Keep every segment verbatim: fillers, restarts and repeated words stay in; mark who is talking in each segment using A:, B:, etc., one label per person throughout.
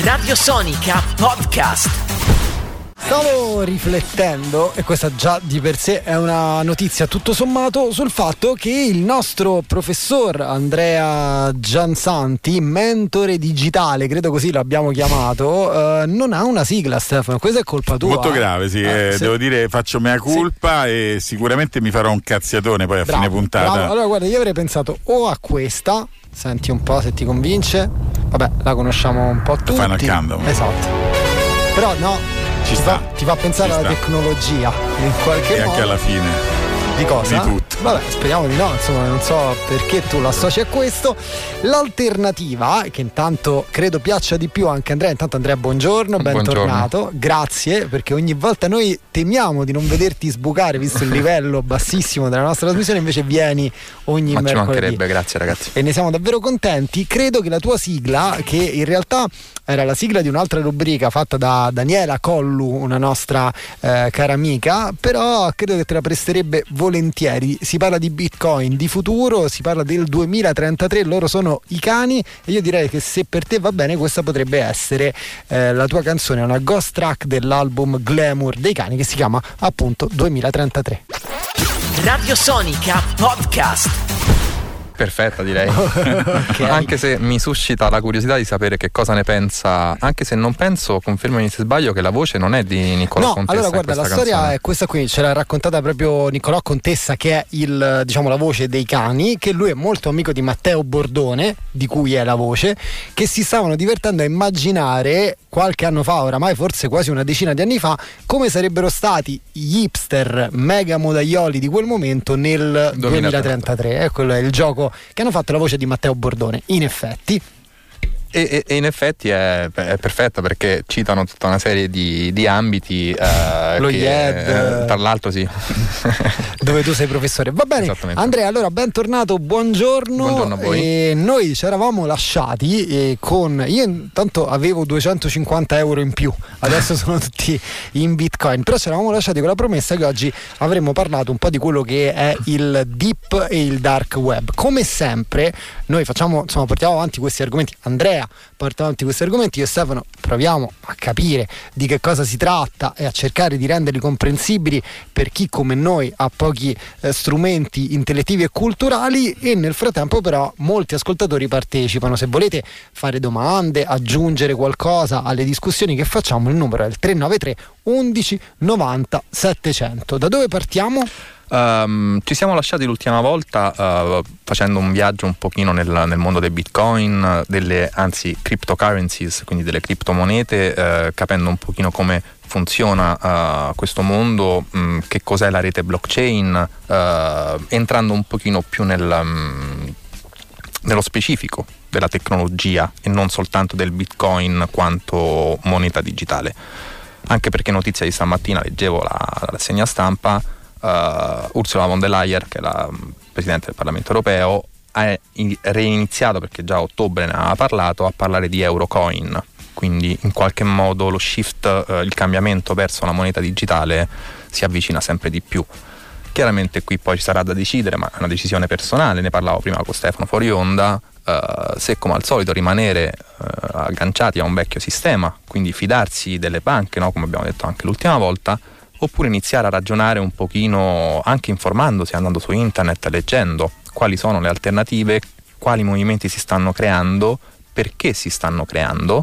A: Radio Sonica Podcast.
B: Stavo riflettendo, e questa già di per sé è una notizia tutto sommato, sul fatto che il nostro professor Andrea Giansanti, mentore digitale, credo così l'abbiamo chiamato, eh, non ha una sigla, Stefano. Questa è colpa tua.
C: Molto grave, sì, eh,
B: eh,
C: devo dire, faccio mea culpa, sì. E sicuramente mi farò un cazziatone poi a
B: bravo,
C: fine puntata.
B: Bravo. Allora guarda, io avrei pensato o a questa, senti un po' se ti convince, vabbè, la conosciamo un po' tutti.
C: Final Countdown.
B: Esatto. Però no,
C: Ci
B: ti,
C: sta,
B: fa, ti fa pensare
C: ci
B: alla
C: sta.
B: tecnologia in qualche
C: E
B: modo.
C: anche alla fine
B: Di cosa?
C: di tutto.
B: Vabbè, speriamo di no, insomma, non so perché tu lo associ a questo. L'alternativa, che intanto credo piaccia di più anche a Andrea. Intanto Andrea, buongiorno, bentornato.
D: Buongiorno.
B: Grazie, perché ogni volta noi temiamo di non vederti sbucare, visto il livello bassissimo della nostra trasmissione, invece vieni ogni
D: Ma
B: mercoledì.
D: ci mancherebbe, grazie ragazzi.
B: E ne siamo davvero contenti. Credo che la tua sigla, che in realtà era la sigla di un'altra rubrica fatta da Daniela Collu, una nostra eh, cara amica, però credo che te la presterebbe volentieri. Si parla di Bitcoin, di futuro, si parla del duemilatrentatré, loro sono i cani, e io direi che se per te va bene questa potrebbe essere eh, la tua canzone, una ghost track dell'album Glamour dei cani, che si chiama appunto duemilatrentatré.
A: Radio Sonica Podcast.
D: Perfetta, direi.
B: Okay.
D: Anche se mi suscita la curiosità di sapere che cosa ne pensa, anche se non penso, confermami se sbaglio, che la voce non è di Niccolò
B: no,
D: Contessa.
B: allora guarda, la storia
D: canzone.
B: è questa qui, ce l'ha raccontata proprio Niccolò Contessa, che è il, diciamo, la voce dei cani, che lui è molto amico di Matteo Bordone, di cui è la voce, che si stavano divertendo a immaginare qualche anno fa, oramai forse quasi una decina di anni fa, come sarebbero stati gli hipster mega modaioli di quel momento nel duemilatrentatré. E quello è il gioco che hanno fatto la voce di Matteo Bordone, in effetti.
D: E, e, e in effetti è, è perfetta, perché citano tutta una serie di, di ambiti, eh,
B: Lo
D: che,
B: I E D,
D: eh, tra l'altro sì.
B: Dove tu sei professore. Va bene, Andrea, allora bentornato, buongiorno.
D: Buongiorno a voi.
B: E noi ci eravamo lasciati e con io intanto avevo duecentocinquanta euro in più, adesso sono tutti in Bitcoin, però ci eravamo lasciati con la promessa che oggi avremmo parlato un po' di quello che è il deep e il dark web. Come sempre noi facciamo, insomma, portiamo avanti questi argomenti. Andrea porta avanti questi argomenti, io e Stefano proviamo a capire di che cosa si tratta e a cercare di renderli comprensibili per chi come noi ha pochi eh, strumenti intellettivi e culturali, e nel frattempo però molti ascoltatori partecipano. Se volete fare domande, aggiungere qualcosa alle discussioni che facciamo, il numero è il tre nove tre undici novanta settecento. Da dove partiamo?
D: Um, ci siamo lasciati l'ultima volta uh, facendo un viaggio un pochino nel, nel mondo dei bitcoin, delle anzi cryptocurrencies, quindi delle criptomonete, uh, capendo un pochino come funziona uh, questo mondo, um, che cos'è la rete blockchain, uh, entrando un pochino più nel, um, nello specifico della tecnologia e non soltanto del bitcoin quanto moneta digitale. Anche perché, notizia di stamattina, leggevo la, la rassegna stampa, Uh, Ursula von der Leyen, che è la Presidente del Parlamento Europeo, ha in- reiniziato, perché già a ottobre ne aveva parlato, a parlare di Eurocoin. Quindi in qualche modo lo shift, uh, il cambiamento verso la moneta digitale si avvicina sempre di più. Chiaramente qui poi ci sarà da decidere, ma è una decisione personale, ne parlavo prima con Stefano fuori onda, uh, se come al solito rimanere uh, agganciati a un vecchio sistema, quindi fidarsi delle banche, no? Come abbiamo detto anche l'ultima volta, oppure iniziare a ragionare un pochino, anche informandosi, andando su internet, leggendo quali sono le alternative, quali movimenti si stanno creando, perché si stanno creando,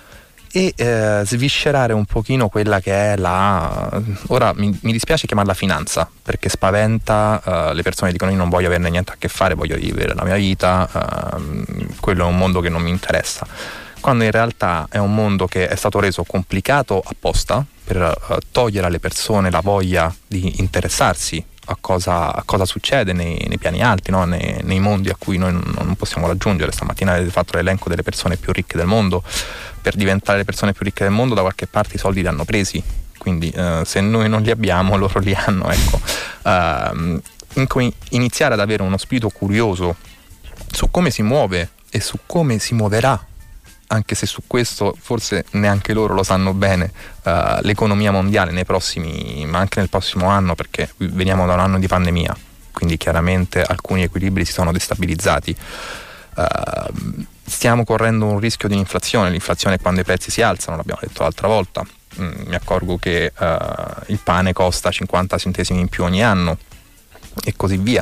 D: e eh, sviscerare un pochino quella che è la, ora mi, mi dispiace chiamarla finanza, perché spaventa, uh, le persone dicono io non voglio averne niente a che fare, voglio vivere la mia vita, uh, quello è un mondo che non mi interessa, quando in realtà è un mondo che è stato reso complicato apposta per uh, togliere alle persone la voglia di interessarsi a cosa, a cosa succede nei, nei piani alti, no? nei, nei mondi a cui noi non, non possiamo raggiungere. Stamattina avete fatto l'elenco delle persone più ricche del mondo. Per diventare le persone più ricche del mondo da qualche parte i soldi li hanno presi, quindi uh, se noi non li abbiamo loro li hanno, ecco. Uh, in, iniziare ad avere uno spirito curioso su come si muove e su come si muoverà, anche se su questo forse neanche loro lo sanno bene, uh, l'economia mondiale nei prossimi, ma anche nel prossimo anno, perché veniamo da un anno di pandemia, quindi chiaramente alcuni equilibri si sono destabilizzati. Uh, stiamo correndo un rischio di inflazione. L'inflazione quando i prezzi si alzano, l'abbiamo detto l'altra volta. Mm, mi accorgo che uh, il pane costa cinquanta centesimi in più ogni anno e così via.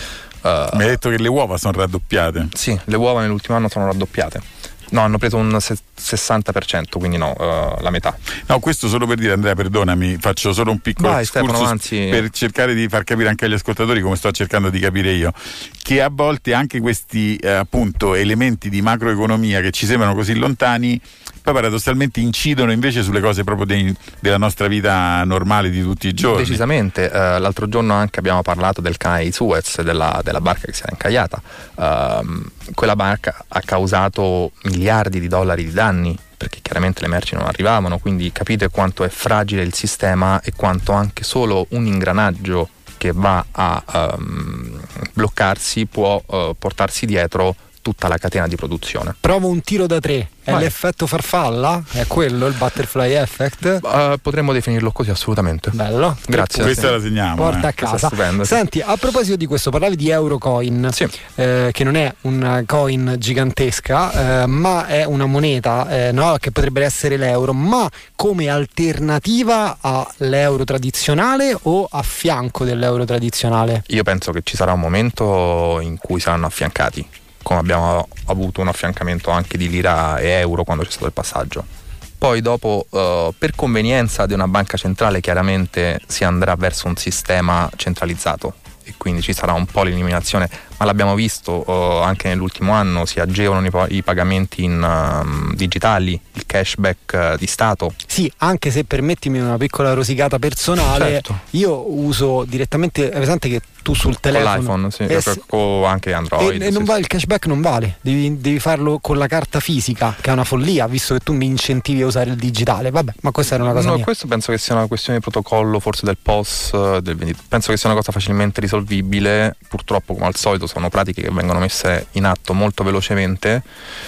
D: Uh,
C: mi hai detto che le uova sono raddoppiate.
D: Sì, le uova nell'ultimo anno sono raddoppiate. No, hanno preso un sessanta per cento, quindi no, uh, la metà.
C: No, questo solo per dire, Andrea, perdonami, faccio solo un piccolo
D: Vai,
C: excursus
D: Stefano, anzi...
C: per cercare di far capire anche agli ascoltatori, come sto cercando di capire io, che a volte anche questi eh, appunto elementi di macroeconomia che ci sembrano così lontani poi paradossalmente incidono invece sulle cose proprio dei, della nostra vita normale di tutti i giorni.
D: Decisamente, uh, l'altro giorno anche abbiamo parlato del canale di Suez, della, della barca che si era incagliata. Uh, quella barca ha causato miliardi di dollari di danni, perché chiaramente le merci non arrivavano, quindi capite quanto è fragile il sistema e quanto anche solo un ingranaggio che va a um, bloccarsi può uh, portarsi dietro tutta la catena di produzione.
B: Provo un tiro da tre. È
D: Vai.
B: L'effetto farfalla? È quello il butterfly effect?
D: Uh, potremmo definirlo così, assolutamente.
B: Bello.
D: Grazie.
C: Questa la segniamo.
B: Porta
C: eh.
B: a casa.
D: Stupendo, sì.
B: Senti, a proposito di questo, parlavi di Eurocoin,
D: Sì.
B: eh, che non è una coin gigantesca, eh, ma è una moneta, eh, no? Che potrebbe essere l'euro, ma come alternativa all'euro tradizionale o a fianco dell'euro tradizionale?
D: Io penso che ci sarà un momento in cui saranno affiancati, come abbiamo avuto un affiancamento anche di lira e euro quando c'è stato il passaggio. Poi dopo, uh, per convenienza di una banca centrale, chiaramente si andrà verso un sistema centralizzato e quindi ci sarà un po' l'eliminazione, ma l'abbiamo visto uh, anche nell'ultimo anno, si agevolano i, pa- i pagamenti in uh, digitali, il cashback uh, di Stato.
B: Sì, anche se permettimi una piccola rosicata personale,
D: Certo.
B: Io uso direttamente, è presente che tu sul telefono
D: Con l'iPhone, sì,
B: eh, sì.
D: con anche Android.
B: E, e non
D: sì,
B: va,
D: sì.
B: il cashback non vale, devi, devi farlo con la carta fisica, che è una follia, visto che tu mi incentivi a usare il digitale. Vabbè, ma questa era una cosa
D: No,
B: mia.
D: questo penso che sia una questione di protocollo, forse del P O S, del venditore. Penso che sia una cosa facilmente risolvibile. Purtroppo, come al solito, sono pratiche che vengono messe in atto molto velocemente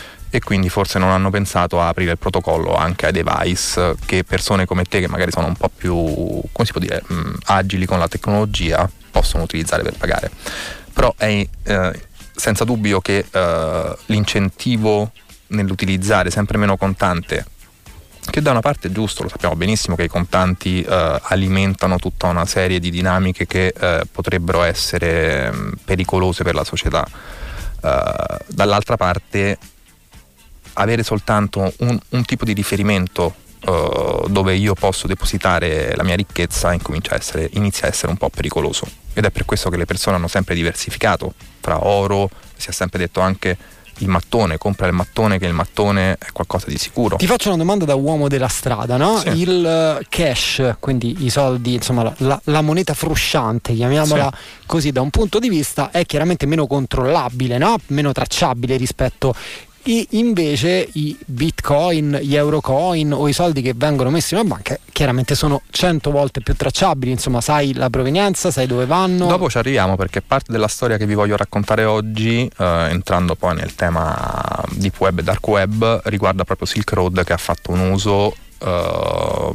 D: e quindi forse non hanno pensato a aprire il protocollo anche ai device che persone come te, che magari sono un po' più, come si può dire, mh, agili con la tecnologia, possono utilizzare per pagare. Però è eh, senza dubbio che eh, l'incentivo nell'utilizzare sempre meno contante, che da una parte è giusto, lo sappiamo benissimo che i contanti eh, alimentano tutta una serie di dinamiche che eh, potrebbero essere mh, pericolose per la società. Uh, dall'altra parte avere soltanto un, un tipo di riferimento uh, dove io posso depositare la mia ricchezza incomincia a essere, inizia a essere un po' pericoloso, ed è per questo che le persone hanno sempre diversificato fra oro, si è sempre detto anche il mattone, compra il mattone, che il mattone è qualcosa di sicuro.
B: Ti faccio una domanda da uomo della strada, no?
D: Sì.
B: Il cash, quindi i soldi, insomma la, la, la moneta frusciante, chiamiamola
D: Sì.
B: così, da un punto di vista è chiaramente meno controllabile, no? Meno tracciabile rispetto I, invece i bitcoin, gli eurocoin o i soldi che vengono messi in una banca chiaramente sono cento volte più tracciabili, insomma sai la provenienza, sai dove vanno.
D: Dopo ci arriviamo, perché parte della storia che vi voglio raccontare oggi, eh, entrando poi nel tema deep web e dark web, riguarda proprio Silk Road, che ha fatto un uso eh,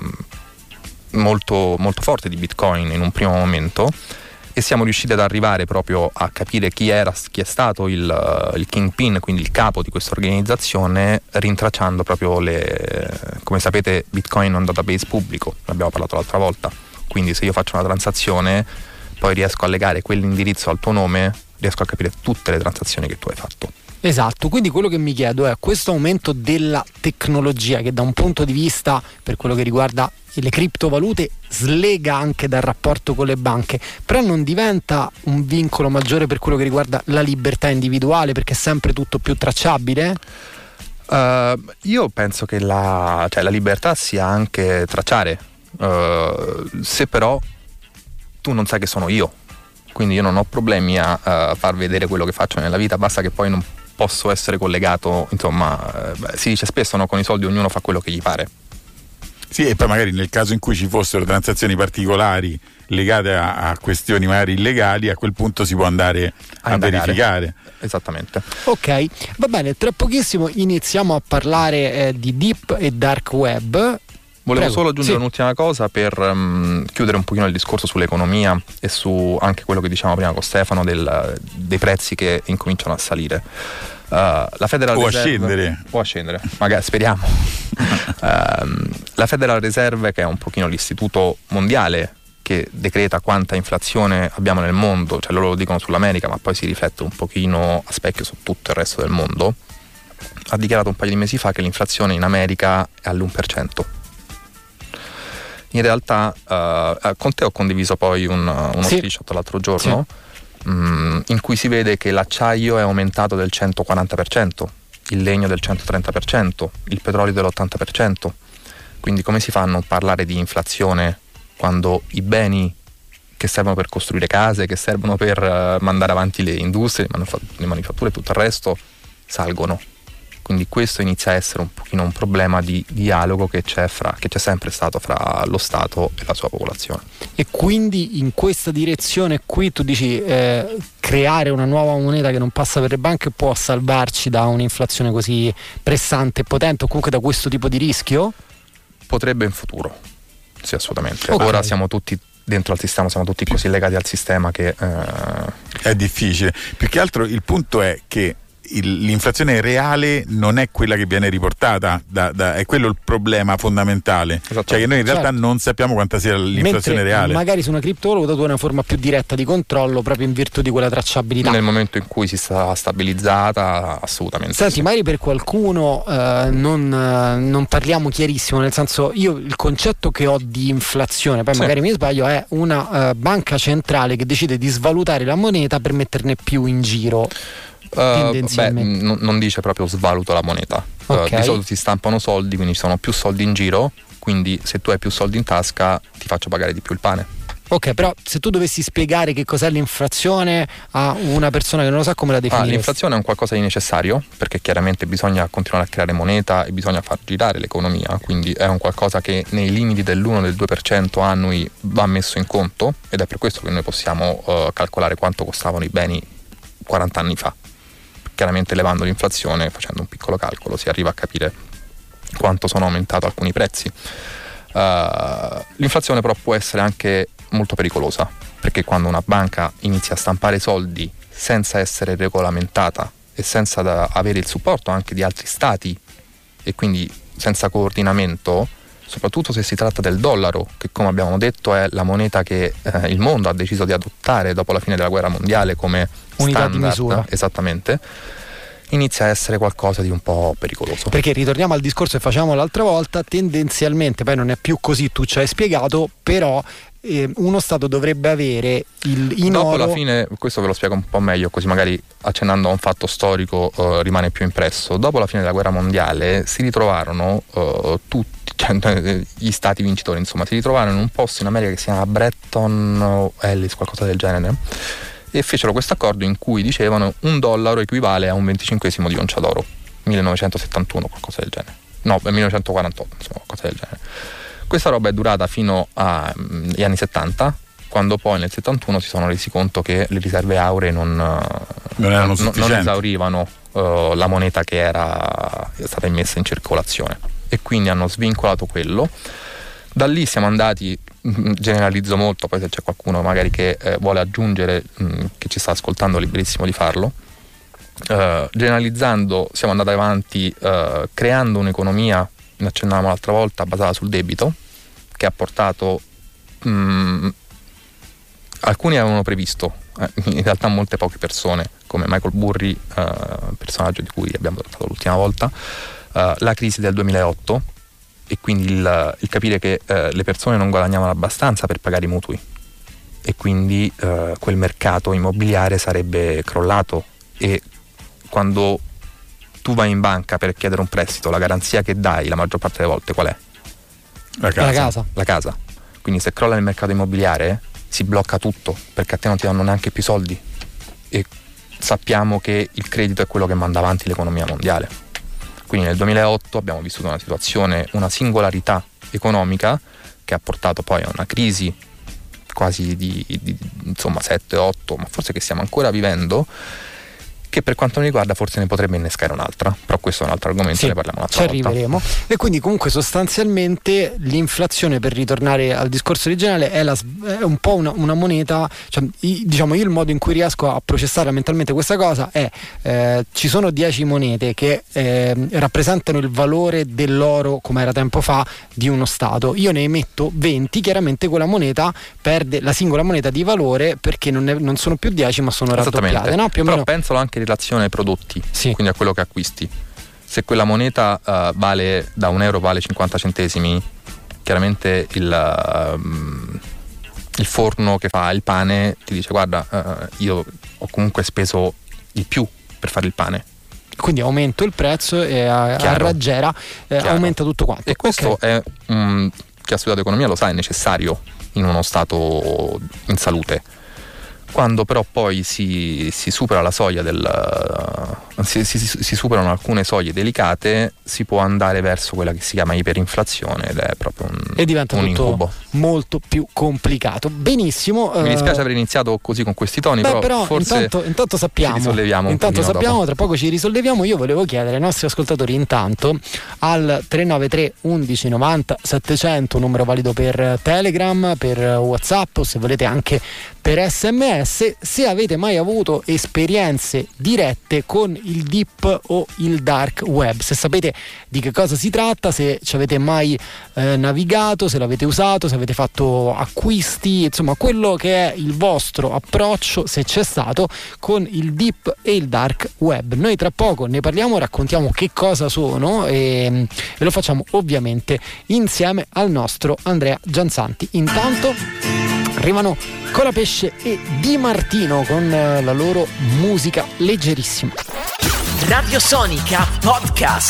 D: molto, molto forte di bitcoin in un primo momento, e siamo riusciti ad arrivare proprio a capire chi era, chi è stato il, il kingpin, quindi il capo di questa organizzazione, rintracciando proprio le, come sapete, Bitcoin è un database pubblico, ne abbiamo parlato l'altra volta, quindi se io faccio una transazione poi riesco a legare quell'indirizzo al tuo nome, riesco a capire tutte le transazioni che tu hai fatto.
B: Esatto, quindi quello che mi chiedo è questo aumento della tecnologia che da un punto di vista, per quello che riguarda le criptovalute, slega anche dal rapporto con le banche, però non diventa un vincolo maggiore per quello che riguarda la libertà individuale, perché è sempre tutto più tracciabile?
D: Uh, io penso che la, cioè, la libertà sia anche tracciare, uh, se però tu non sai che sono io, quindi io non ho problemi a uh, far vedere quello che faccio nella vita, basta che poi non posso essere collegato, insomma, eh, si dice spesso, no, con i soldi ognuno fa quello che gli pare.
C: Sì, e poi magari nel caso in cui ci fossero transazioni particolari legate a, a questioni magari illegali, a quel punto si può andare a, a verificare.
D: Esattamente.
B: Ok, va bene, tra pochissimo iniziamo a parlare eh, di deep e dark web.
D: Volevo
B: Prego.
D: solo aggiungere
B: Sì.
D: un'ultima cosa per um, chiudere un pochino il discorso sull'economia e su anche quello che dicevamo prima con Stefano del, dei prezzi che incominciano a salire. Uh, la Federal
C: o
D: Reserve,
C: a scendere
D: o a scendere, magari speriamo. uh, la Federal Reserve, che è un pochino l'istituto mondiale che decreta quanta inflazione abbiamo nel mondo, cioè loro lo dicono sull'America ma poi si riflette un pochino a specchio su tutto il resto del mondo, ha dichiarato un paio di mesi fa che l'inflazione in America è all'uno per cento. In realtà uh, con te ho condiviso poi un, uno
B: sì.
D: screenshot l'altro giorno,
B: sì.
D: mh, in cui si vede che l'acciaio è aumentato del centoquaranta per cento, il legno del centotrenta per cento, il petrolio dell'ottanta per cento. Quindi come si fa a non parlare di inflazione quando i beni che servono per costruire case, che servono per uh, mandare avanti le industrie, le, manufat- le manifatture e tutto il resto salgono? Quindi questo inizia a essere un pochino un problema di dialogo che c'è, fra, che c'è sempre stato fra lo Stato e la sua popolazione.
B: E quindi in questa direzione qui tu dici eh, creare una nuova moneta che non passa per le banche può salvarci da un'inflazione così pressante e potente, o comunque da questo tipo di rischio?
D: Potrebbe in futuro, sì, assolutamente.
B: Okay.
D: Ora siamo tutti dentro al sistema, siamo tutti così legati al sistema che eh...
C: è difficile. Più che altro il punto è che il, l'inflazione reale non è quella che viene riportata, da, da, è quello il problema fondamentale, cioè che noi in realtà
B: certo.
C: non sappiamo quanta sia l'inflazione
B: Mentre
C: reale.
B: Magari su una criptovaluta tu hai una forma più diretta di controllo proprio in virtù di quella tracciabilità.
D: Nel momento in cui si sta stabilizzata, assolutamente.
B: Senti,
D: sì.
B: magari per qualcuno eh, non, eh, non parliamo chiarissimo, nel senso, io il concetto che ho di inflazione, poi
D: sì.
B: magari mi sbaglio, è una uh, banca centrale che decide di svalutare la moneta per metterne più in giro.
D: Uh, beh, n- non dice proprio svaluto la moneta.
B: Okay.
D: Uh, di solito si stampano soldi, quindi ci sono più soldi in giro, quindi se tu hai più soldi in tasca ti faccio pagare di più il pane.
B: Ok, però se tu dovessi spiegare che cos'è l'inflazione a una persona che non lo sa, come la definiresti?
D: Ah, l'inflazione è un qualcosa di necessario, perché chiaramente bisogna continuare a creare moneta e bisogna far girare l'economia, quindi è un qualcosa che nei limiti dell'uno del due per cento annui va messo in conto, ed è per questo che noi possiamo uh, calcolare quanto costavano i beni quaranta anni fa. Chiaramente elevando l'inflazione, facendo un piccolo calcolo, si arriva a capire quanto sono aumentati alcuni prezzi. Uh, l'inflazione però può essere anche molto pericolosa, perché quando una banca inizia a stampare soldi senza essere regolamentata e senza da avere il supporto anche di altri stati e quindi senza coordinamento, soprattutto se si tratta del dollaro, che come abbiamo detto è la moneta che eh, il mondo ha deciso di adottare dopo la fine della guerra mondiale come
B: unità
D: standard,
B: di misura,
D: esattamente, inizia a essere qualcosa di un po' pericoloso.
B: Perché ritorniamo al discorso che facevamo l'altra volta, tendenzialmente poi non è più così, tu ci hai spiegato, però eh, uno Stato dovrebbe avere il, in
D: dopo
B: oro...
D: la fine, questo ve lo spiego un po' meglio, così magari accennando a un fatto storico eh, rimane più impresso. Dopo la fine della guerra mondiale si ritrovarono eh, tutti, cioè, gli stati vincitori, insomma, si ritrovarono in un posto in America che si chiama Bretton Ellis, qualcosa del genere, e fecero questo accordo in cui dicevano un dollaro equivale a un venticinquesimo di oncia d'oro, millenovecentosettantuno, qualcosa del genere, no, millenovecentoquarantotto, insomma, qualcosa del genere. Questa roba è durata fino agli anni settanta, quando poi nel settantuno si sono resi conto che le riserve auree non,
C: non, erano
D: non, non esaurivano uh, la moneta che era stata immessa in circolazione, e quindi hanno svincolato quello. Da lì siamo andati, generalizzo molto, poi se c'è qualcuno magari che eh, vuole aggiungere, mh, che ci sta ascoltando, liberissimo di farlo. Uh, generalizzando siamo andati avanti uh, creando un'economia, ne accennavamo l'altra volta, basata sul debito, che ha portato mh, alcuni avevano previsto, eh, in realtà molte poche persone, come Michael Burry, uh, personaggio di cui abbiamo trattato l'ultima volta, uh, la crisi del duemilaotto, e quindi il, il capire che uh, le persone non guadagnavano abbastanza per pagare i mutui, e quindi uh, quel mercato immobiliare sarebbe crollato. E quando tu vai in banca per chiedere un prestito, la garanzia che dai la maggior parte delle volte qual è?
C: La casa.
B: La casa.
D: La casa. Quindi se crolla il mercato immobiliare si blocca tutto, perché a te non ti danno neanche più soldi, e sappiamo che il credito è quello che manda avanti l'economia mondiale. Quindi nel duemilaotto abbiamo vissuto una situazione, una singolarità economica che ha portato poi a una crisi quasi di, di insomma sette otto, ma forse che stiamo ancora vivendo, che per quanto mi riguarda forse ne potrebbe innescare un'altra, però questo è un altro argomento,
B: sì,
D: ne parliamo un'altra
B: ci
D: volta.
B: arriveremo. E quindi comunque sostanzialmente l'inflazione, per ritornare al discorso originale, è, la, è un po' una, una moneta, cioè, diciamo io il modo in cui riesco a processare mentalmente questa cosa è eh, ci sono dieci monete che eh, rappresentano il valore dell'oro come era tempo fa di uno stato, io ne emetto venti, chiaramente quella moneta perde la singola moneta di valore perché non, è, non sono più dieci ma sono raddoppiate, no? Più o
D: però
B: meno.
D: pensalo anche in relazione ai prodotti,
B: sì.
D: quindi a quello che acquisti. Se quella moneta uh, vale da un euro vale cinquanta centesimi, chiaramente il, uh, il forno che fa il pane ti dice guarda uh, io ho comunque speso di più per fare il pane,
B: quindi aumento il prezzo e a, a raggiera eh, aumenta tutto quanto.
D: E questo
B: okay.
D: è um, chi ha studiato economia lo sa, è necessario in uno stato in salute. Quando però poi si, si supera la soglia del uh, si, si, si superano alcune soglie delicate, si può andare verso quella che si chiama iperinflazione ed è proprio un,
B: e diventa
D: un
B: tutto
D: incubo
B: molto più complicato. Benissimo,
D: mi dispiace
B: uh,
D: aver iniziato così con questi toni,
B: beh,
D: però,
B: però
D: forse
B: intanto, intanto sappiamo
D: ci risolleviamo
B: intanto sappiamo
D: dopo.
B: Tra poco ci risolleviamo. Io volevo chiedere ai nostri ascoltatori intanto al tre nove tre undici novanta settecento, numero valido per Telegram, per WhatsApp o se volete anche per sms, se avete mai avuto esperienze dirette con il deep o il dark web, se sapete di che cosa si tratta, se ci avete mai eh, navigato, se l'avete usato, se avete fatto acquisti, insomma quello che è il vostro approccio, se c'è stato, con il deep e il dark web. Noi tra poco ne parliamo, raccontiamo che cosa sono e, e lo facciamo ovviamente insieme al nostro Andrea Gianzanti. Intanto arrivano Colapesce e Di Martino con la loro musica leggerissima.
A: Radio Sonica Podcast.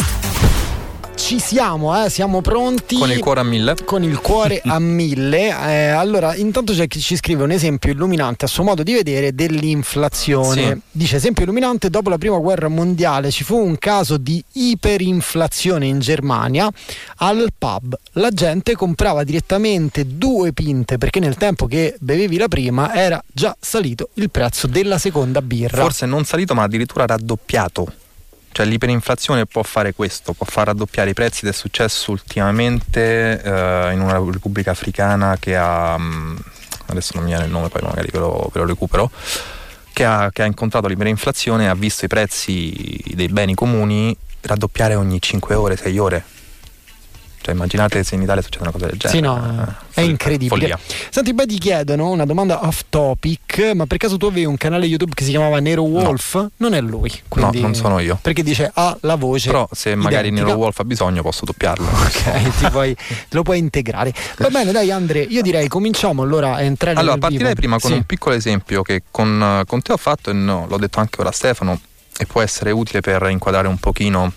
B: Ci siamo, eh, siamo pronti.
D: Con il cuore a mille.
B: Con il cuore a mille. Eh, allora, intanto c'è chi ci scrive un esempio illuminante a suo modo di vedere dell'inflazione.
D: Sì.
B: Dice: esempio illuminante, dopo la prima guerra mondiale ci fu un caso di iperinflazione in Germania. Al pub la gente comprava direttamente due pinte perché nel tempo che bevevi la prima era già salito il prezzo della seconda birra.
D: Forse non salito ma addirittura raddoppiato. Cioè l'iperinflazione può fare questo, può far raddoppiare i prezzi ed è successo ultimamente eh, in una repubblica africana che ha, adesso non mi viene il nome, poi magari ve lo, ve lo recupero, che ha, che ha incontrato l'iperinflazione e ha visto i prezzi dei beni comuni raddoppiare ogni cinque ore, sei ore. Cioè immaginate se in Italia succede una cosa del genere.
B: Sì, no, è incredibile.
D: Follia.
B: Senti, beh, ti chiedono una domanda off topic, ma per caso tu avevi un canale YouTube che si chiamava Nero Wolf? No. Non è lui, quindi,
D: no, non sono io.
B: Perché dice ha la voce
D: però se magari
B: identica.
D: Nero Wolf ha bisogno posso doppiarlo.
B: Ok, ti puoi, lo puoi integrare. Va bene, dai Andre, io direi cominciamo allora a entrare
D: allora
B: nel
D: partirei
B: vivo.
D: prima con
B: sì.
D: un piccolo esempio che con, con te ho fatto e no, l'ho detto anche ora a Stefano e può essere utile per inquadrare un pochino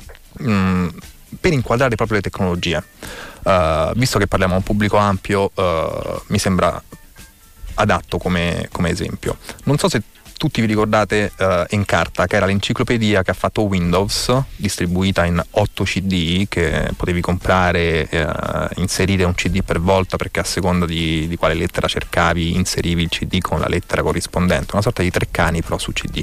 D: mh, per inquadrare proprio le tecnologie. Uh, visto che parliamo a un pubblico ampio, uh, mi sembra adatto come, come esempio. Non so se tutti vi ricordate uh, Encarta, che era l'enciclopedia che ha fatto Windows, distribuita in otto C D che potevi comprare, uh, inserire un C D per volta perché a seconda di, di quale lettera cercavi inserivi il C D con la lettera corrispondente, una sorta di Treccani però su C D.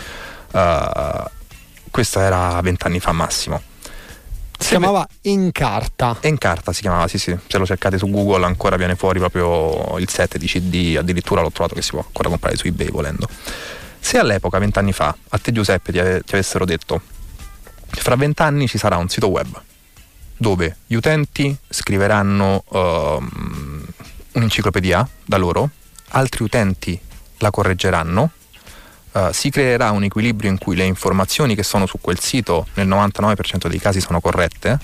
D: Uh, questo era vent'anni fa massimo.
B: Si chiamava Encarta.
D: Encarta si chiamava, sì sì, se lo cercate su Google ancora viene fuori proprio il set di C D, addirittura l'ho trovato che si può ancora comprare su eBay volendo. Se all'epoca, vent'anni fa, a te Giuseppe ti, ave- ti avessero detto fra vent'anni ci sarà un sito web dove gli utenti scriveranno uh, un'enciclopedia da loro, altri utenti la correggeranno, Uh, si creerà un equilibrio in cui le informazioni che sono su quel sito nel novantanove per cento dei casi sono corrette,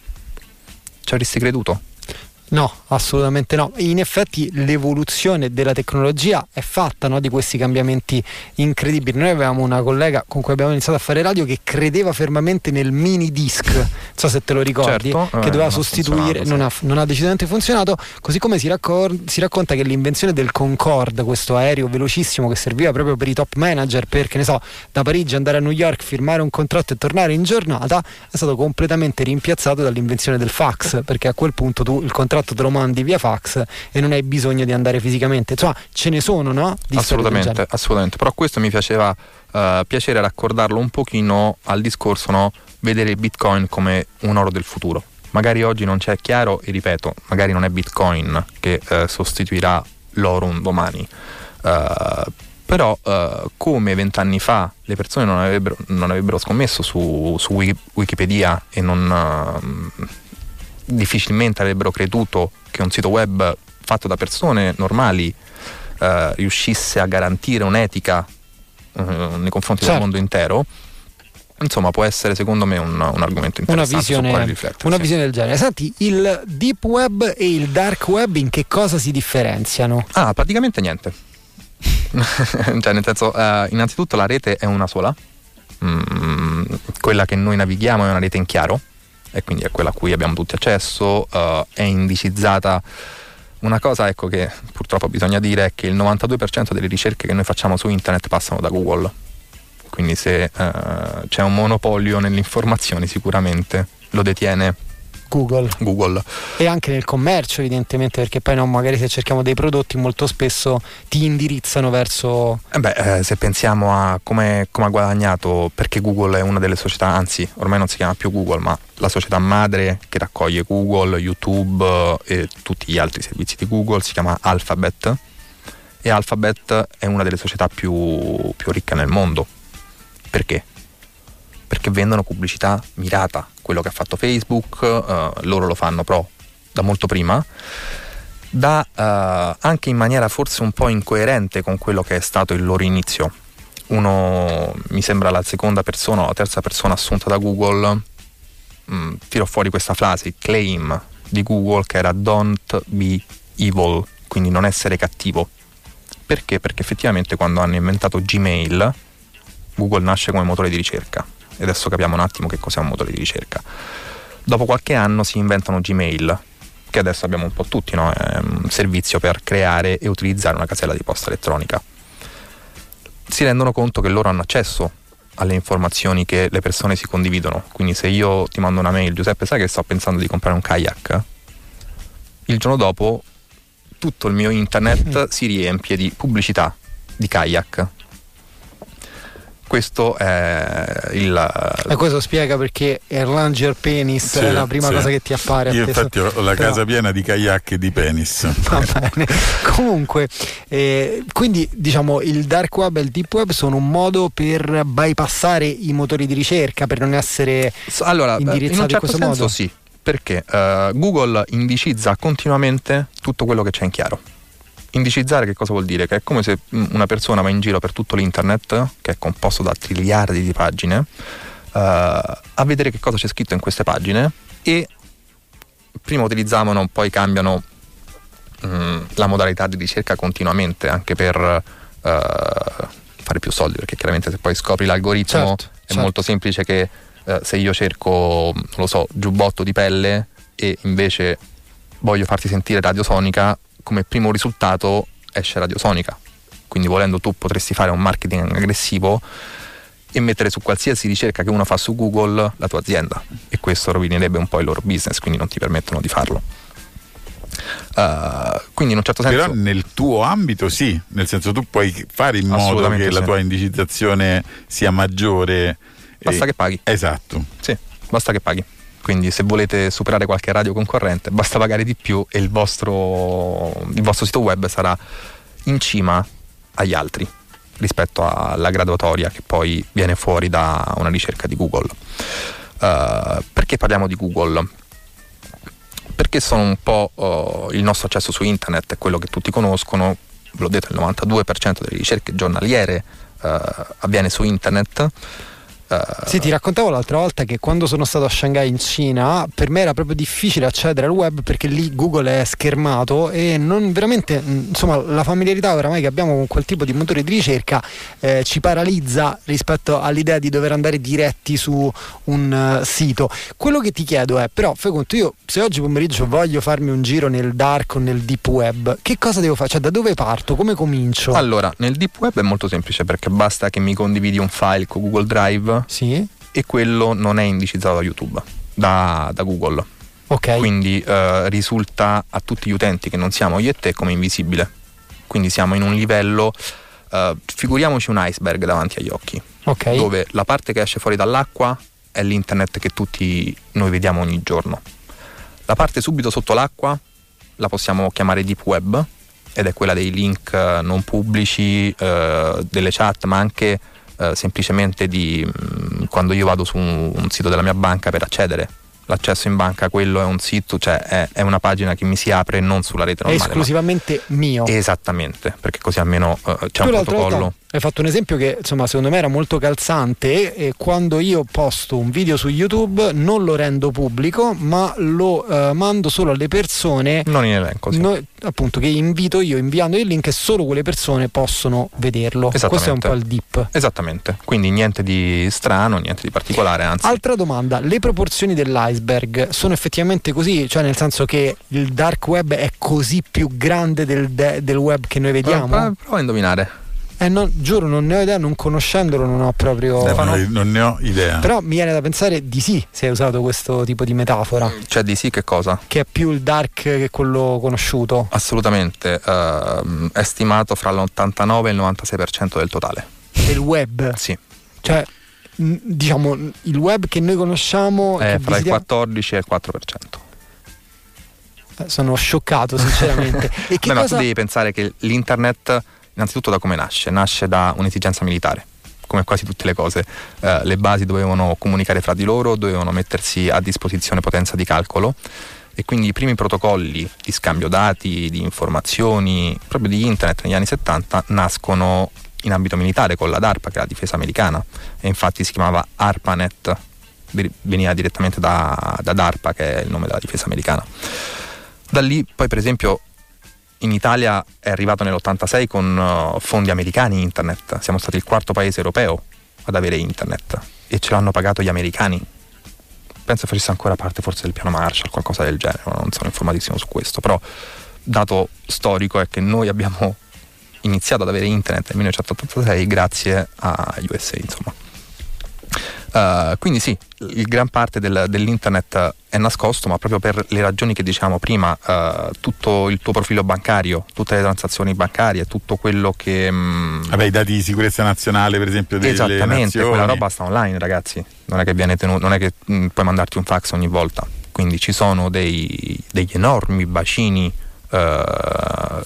D: ci avresti creduto?
B: No, assolutamente no. In effetti l'evoluzione della tecnologia è fatta, no, di questi cambiamenti incredibili. Noi avevamo una collega con cui abbiamo iniziato a fare radio che credeva fermamente nel mini disc, so se te lo ricordi,
D: certo,
B: che
D: eh,
B: doveva
D: non ha
B: sostituire,
D: funzionato,
B: non ha, non ha decisamente funzionato, così come si, raccor- si racconta che l'invenzione del Concorde, questo aereo velocissimo che serviva proprio per i top manager, per, che ne so, da Parigi andare a New York, firmare un contratto e tornare in giornata, è stato completamente rimpiazzato dall'invenzione del fax, perché a quel punto tu il contratto te lo mandi via fax e non hai bisogno di andare fisicamente. Insomma, ce ne sono, no? Di
D: assolutamente, assolutamente. Però questo mi piaceva uh, piacere raccordarlo un pochino al discorso, no? Vedere il Bitcoin come un oro del futuro. Magari oggi non c'è chiaro, e ripeto, magari non è Bitcoin che uh, sostituirà l'oro un domani. Uh, però uh, come vent'anni fa le persone non avrebbero, non avrebbero scommesso su, su Wikipedia e non uh, difficilmente avrebbero creduto che un sito web fatto da persone normali uh, riuscisse a garantire un'etica uh, nei confronti certo. del mondo intero, insomma può essere secondo me un, un argomento interessante
B: una visione,
D: su quale riflettere.
B: Una
D: sì.
B: visione del genere. Senti, il deep web e il dark web in che cosa si differenziano?
D: Ah, praticamente niente. Cioè nel senso, uh, innanzitutto la rete è una sola, mm, quella che noi navighiamo è una rete in chiaro e quindi è quella a cui abbiamo tutti accesso, uh, è indicizzata. Una cosa, ecco, che purtroppo bisogna dire è che il novantadue per cento delle ricerche che noi facciamo su internet passano da Google, quindi se uh, c'è un monopolio nell'informazione sicuramente lo detiene
B: Google.
D: Google.
B: E anche nel commercio evidentemente, perché poi no, magari se cerchiamo dei prodotti molto spesso ti indirizzano verso...
D: Eh beh, eh, se pensiamo a come ha guadagnato, perché Google è una delle società, anzi ormai non si chiama più Google, ma la società madre che raccoglie Google, YouTube eh, e tutti gli altri servizi di Google, si chiama Alphabet, e Alphabet è una delle società più, più ricche nel mondo. Perché? Perché vendono pubblicità mirata. Quello che ha fatto Facebook, uh, loro lo fanno però da molto prima, da uh, anche in maniera forse un po' incoerente con quello che è stato il loro inizio. Uno, mi sembra la seconda persona o la terza persona assunta da Google, mh, tiro fuori questa frase, claim di Google, che era don't be evil, quindi non essere cattivo. Perché? Perché effettivamente quando hanno inventato Gmail, Google nasce come motore di ricerca. E adesso capiamo un attimo che cos'è un motore di ricerca. Dopo qualche anno si inventano Gmail, che adesso abbiamo un po' tutti, no? È un servizio per creare e utilizzare una casella di posta elettronica. Si rendono conto che loro hanno accesso alle informazioni che le persone si condividono. Quindi se io ti mando una mail, Giuseppe, sai che sto pensando di comprare un kayak? Il giorno dopo tutto il mio internet si riempie di pubblicità di kayak. Questo è il...
B: E questo spiega perché Enlarge Your Penis sì, è la prima sì. cosa che ti appare.
C: Io infatti ho la Però... casa piena di kayak e di penis.
B: Va bene. Comunque, eh, quindi diciamo il dark web e il deep web sono un modo per bypassare i motori di ricerca, per non essere
D: allora,
B: indirizzati
D: in un certo
B: in questo
D: senso
B: modo?
D: Sì, perché uh, Google indicizza continuamente tutto quello che c'è in chiaro. Indicizzare che cosa vuol dire? Che è come se una persona va in giro per tutto l'internet, che è composto da triliardi di pagine, uh, a vedere che cosa c'è scritto in queste pagine, e prima utilizzavano, poi cambiano um, la modalità di ricerca continuamente, anche per uh, fare più soldi, perché chiaramente se poi scopri l'algoritmo
B: certo,
D: è
B: certo.
D: molto semplice che uh, se io cerco, non lo so, giubbotto di pelle e invece voglio farti sentire Radiosonica, come primo risultato esce Radiosonica. Quindi volendo tu potresti fare un marketing aggressivo e mettere su qualsiasi ricerca che uno fa su Google la tua azienda, e questo rovinerebbe un po' il loro business, quindi non ti permettono di farlo. Uh, quindi in un certo senso,
C: però nel tuo ambito sì, nel senso tu puoi fare in modo che sì. la tua indicizzazione sia maggiore,
D: basta
C: e...
D: che paghi.
C: Esatto.
D: Sì, basta che paghi. Quindi se volete superare qualche radio concorrente basta pagare di più e il vostro, il vostro sito web sarà in cima agli altri rispetto alla graduatoria che poi viene fuori da una ricerca di Google. Uh, perché parliamo di Google? Perché sono un po' uh, il nostro accesso su internet è quello che tutti conoscono, ve l'ho detto, il novantadue per cento delle ricerche giornaliere uh, avviene su internet.
B: Uh, sì, ti raccontavo l'altra volta che quando sono stato a Shanghai in Cina, per me era proprio difficile accedere al web perché lì Google è schermato e non veramente, insomma, la familiarità oramai che abbiamo con quel tipo di motore di ricerca eh, ci paralizza rispetto all'idea di dover andare diretti su un uh, sito. Quello che ti chiedo è, però fai conto, io se oggi pomeriggio voglio farmi un giro nel dark o nel deep web, che cosa devo fare? Cioè, da dove parto? Come comincio?
D: Allora, nel deep web è molto semplice perché basta che mi condividi un file con Google Drive.
B: Sì.
D: E quello non è indicizzato da YouTube, da, da Google.
B: Ok.
D: Quindi eh, risulta a tutti gli utenti che non siamo io e te come invisibile. Quindi siamo in un livello, eh, figuriamoci un iceberg davanti agli occhi.
B: Ok.
D: Dove la parte che esce fuori dall'acqua è l'internet che tutti noi vediamo ogni giorno. La parte subito sotto l'acqua la possiamo chiamare deep web ed è quella dei link non pubblici, eh, delle chat, ma anche Uh, semplicemente di mh, quando io vado su un, un sito della mia banca per accedere. L'accesso in banca, quello è un sito, cioè è, è una pagina che mi si apre non sulla rete normale.
B: È esclusivamente mio.
D: Esattamente, perché così almeno uh, c'è
B: tu
D: un protocollo.
B: Hai fatto un esempio che insomma secondo me era molto calzante, e quando io posto un video su YouTube non lo rendo pubblico ma lo uh, mando solo alle persone
D: non in elenco, sì.
B: no, appunto, che invito io inviando il link e solo quelle persone possono vederlo. Questo è un po' il deep.
D: Esattamente, quindi niente di strano, niente di particolare, anzi.
B: Altra domanda, le proporzioni dell'iceberg sono effettivamente così? Cioè nel senso che il dark web è così più grande del, de- del web che noi vediamo?
D: Prova, prova a indovinare.
B: Eh, non, giuro, non ne ho idea, non conoscendolo non ho proprio...
C: Stefano, non ne ho idea.
B: Però mi viene da pensare di sì, se hai usato questo tipo di metafora.
D: Cioè di sì che cosa?
B: Che è più il dark che quello conosciuto.
D: Assolutamente, uh, è stimato fra l'ottantanove e il novantasei per cento del totale.
B: Del web?
D: Sì.
B: Cioè, mh, diciamo, il web che noi conosciamo...
D: È
B: che
D: fra
B: visitiamo...
D: il quattordici e il quattro per cento.
B: Eh, sono scioccato, sinceramente. E che
D: Beh,
B: cosa...
D: ma tu devi pensare che l'internet... Innanzitutto da come nasce? Nasce da un'esigenza militare, come quasi tutte le cose. Eh, le basi dovevano comunicare fra di loro, dovevano mettersi a disposizione potenza di calcolo e quindi i primi protocolli di scambio dati, di informazioni, proprio di internet negli anni settanta nascono in ambito militare con la DARPA, che è la difesa americana, e infatti si chiamava ARPANET, veniva direttamente da, da DARPA, che è il nome della difesa americana. Da lì poi per esempio in Italia è arrivato nell'ottantasei con uh, fondi americani internet. Siamo stati il quarto paese europeo ad avere internet e ce l'hanno pagato gli americani. Penso facesse ancora parte forse del piano Marshall, qualcosa del genere, non sono informatissimo su questo, però dato storico è che noi abbiamo iniziato ad avere internet nel millenovecentottantasei grazie agli U S A, insomma. Uh, quindi sì, il gran parte del, dell'internet è nascosto, ma proprio per le ragioni che dicevamo prima, uh, tutto il tuo profilo bancario, tutte le transazioni bancarie, tutto quello che... Mh,
C: Vabbè, i dati di sicurezza nazionale, per esempio, delle
D: esattamente,
C: nazioni.
D: quella roba sta online, ragazzi, non è che viene tenuto, non è che mh, puoi mandarti un fax ogni volta, quindi ci sono dei, degli enormi bacini uh,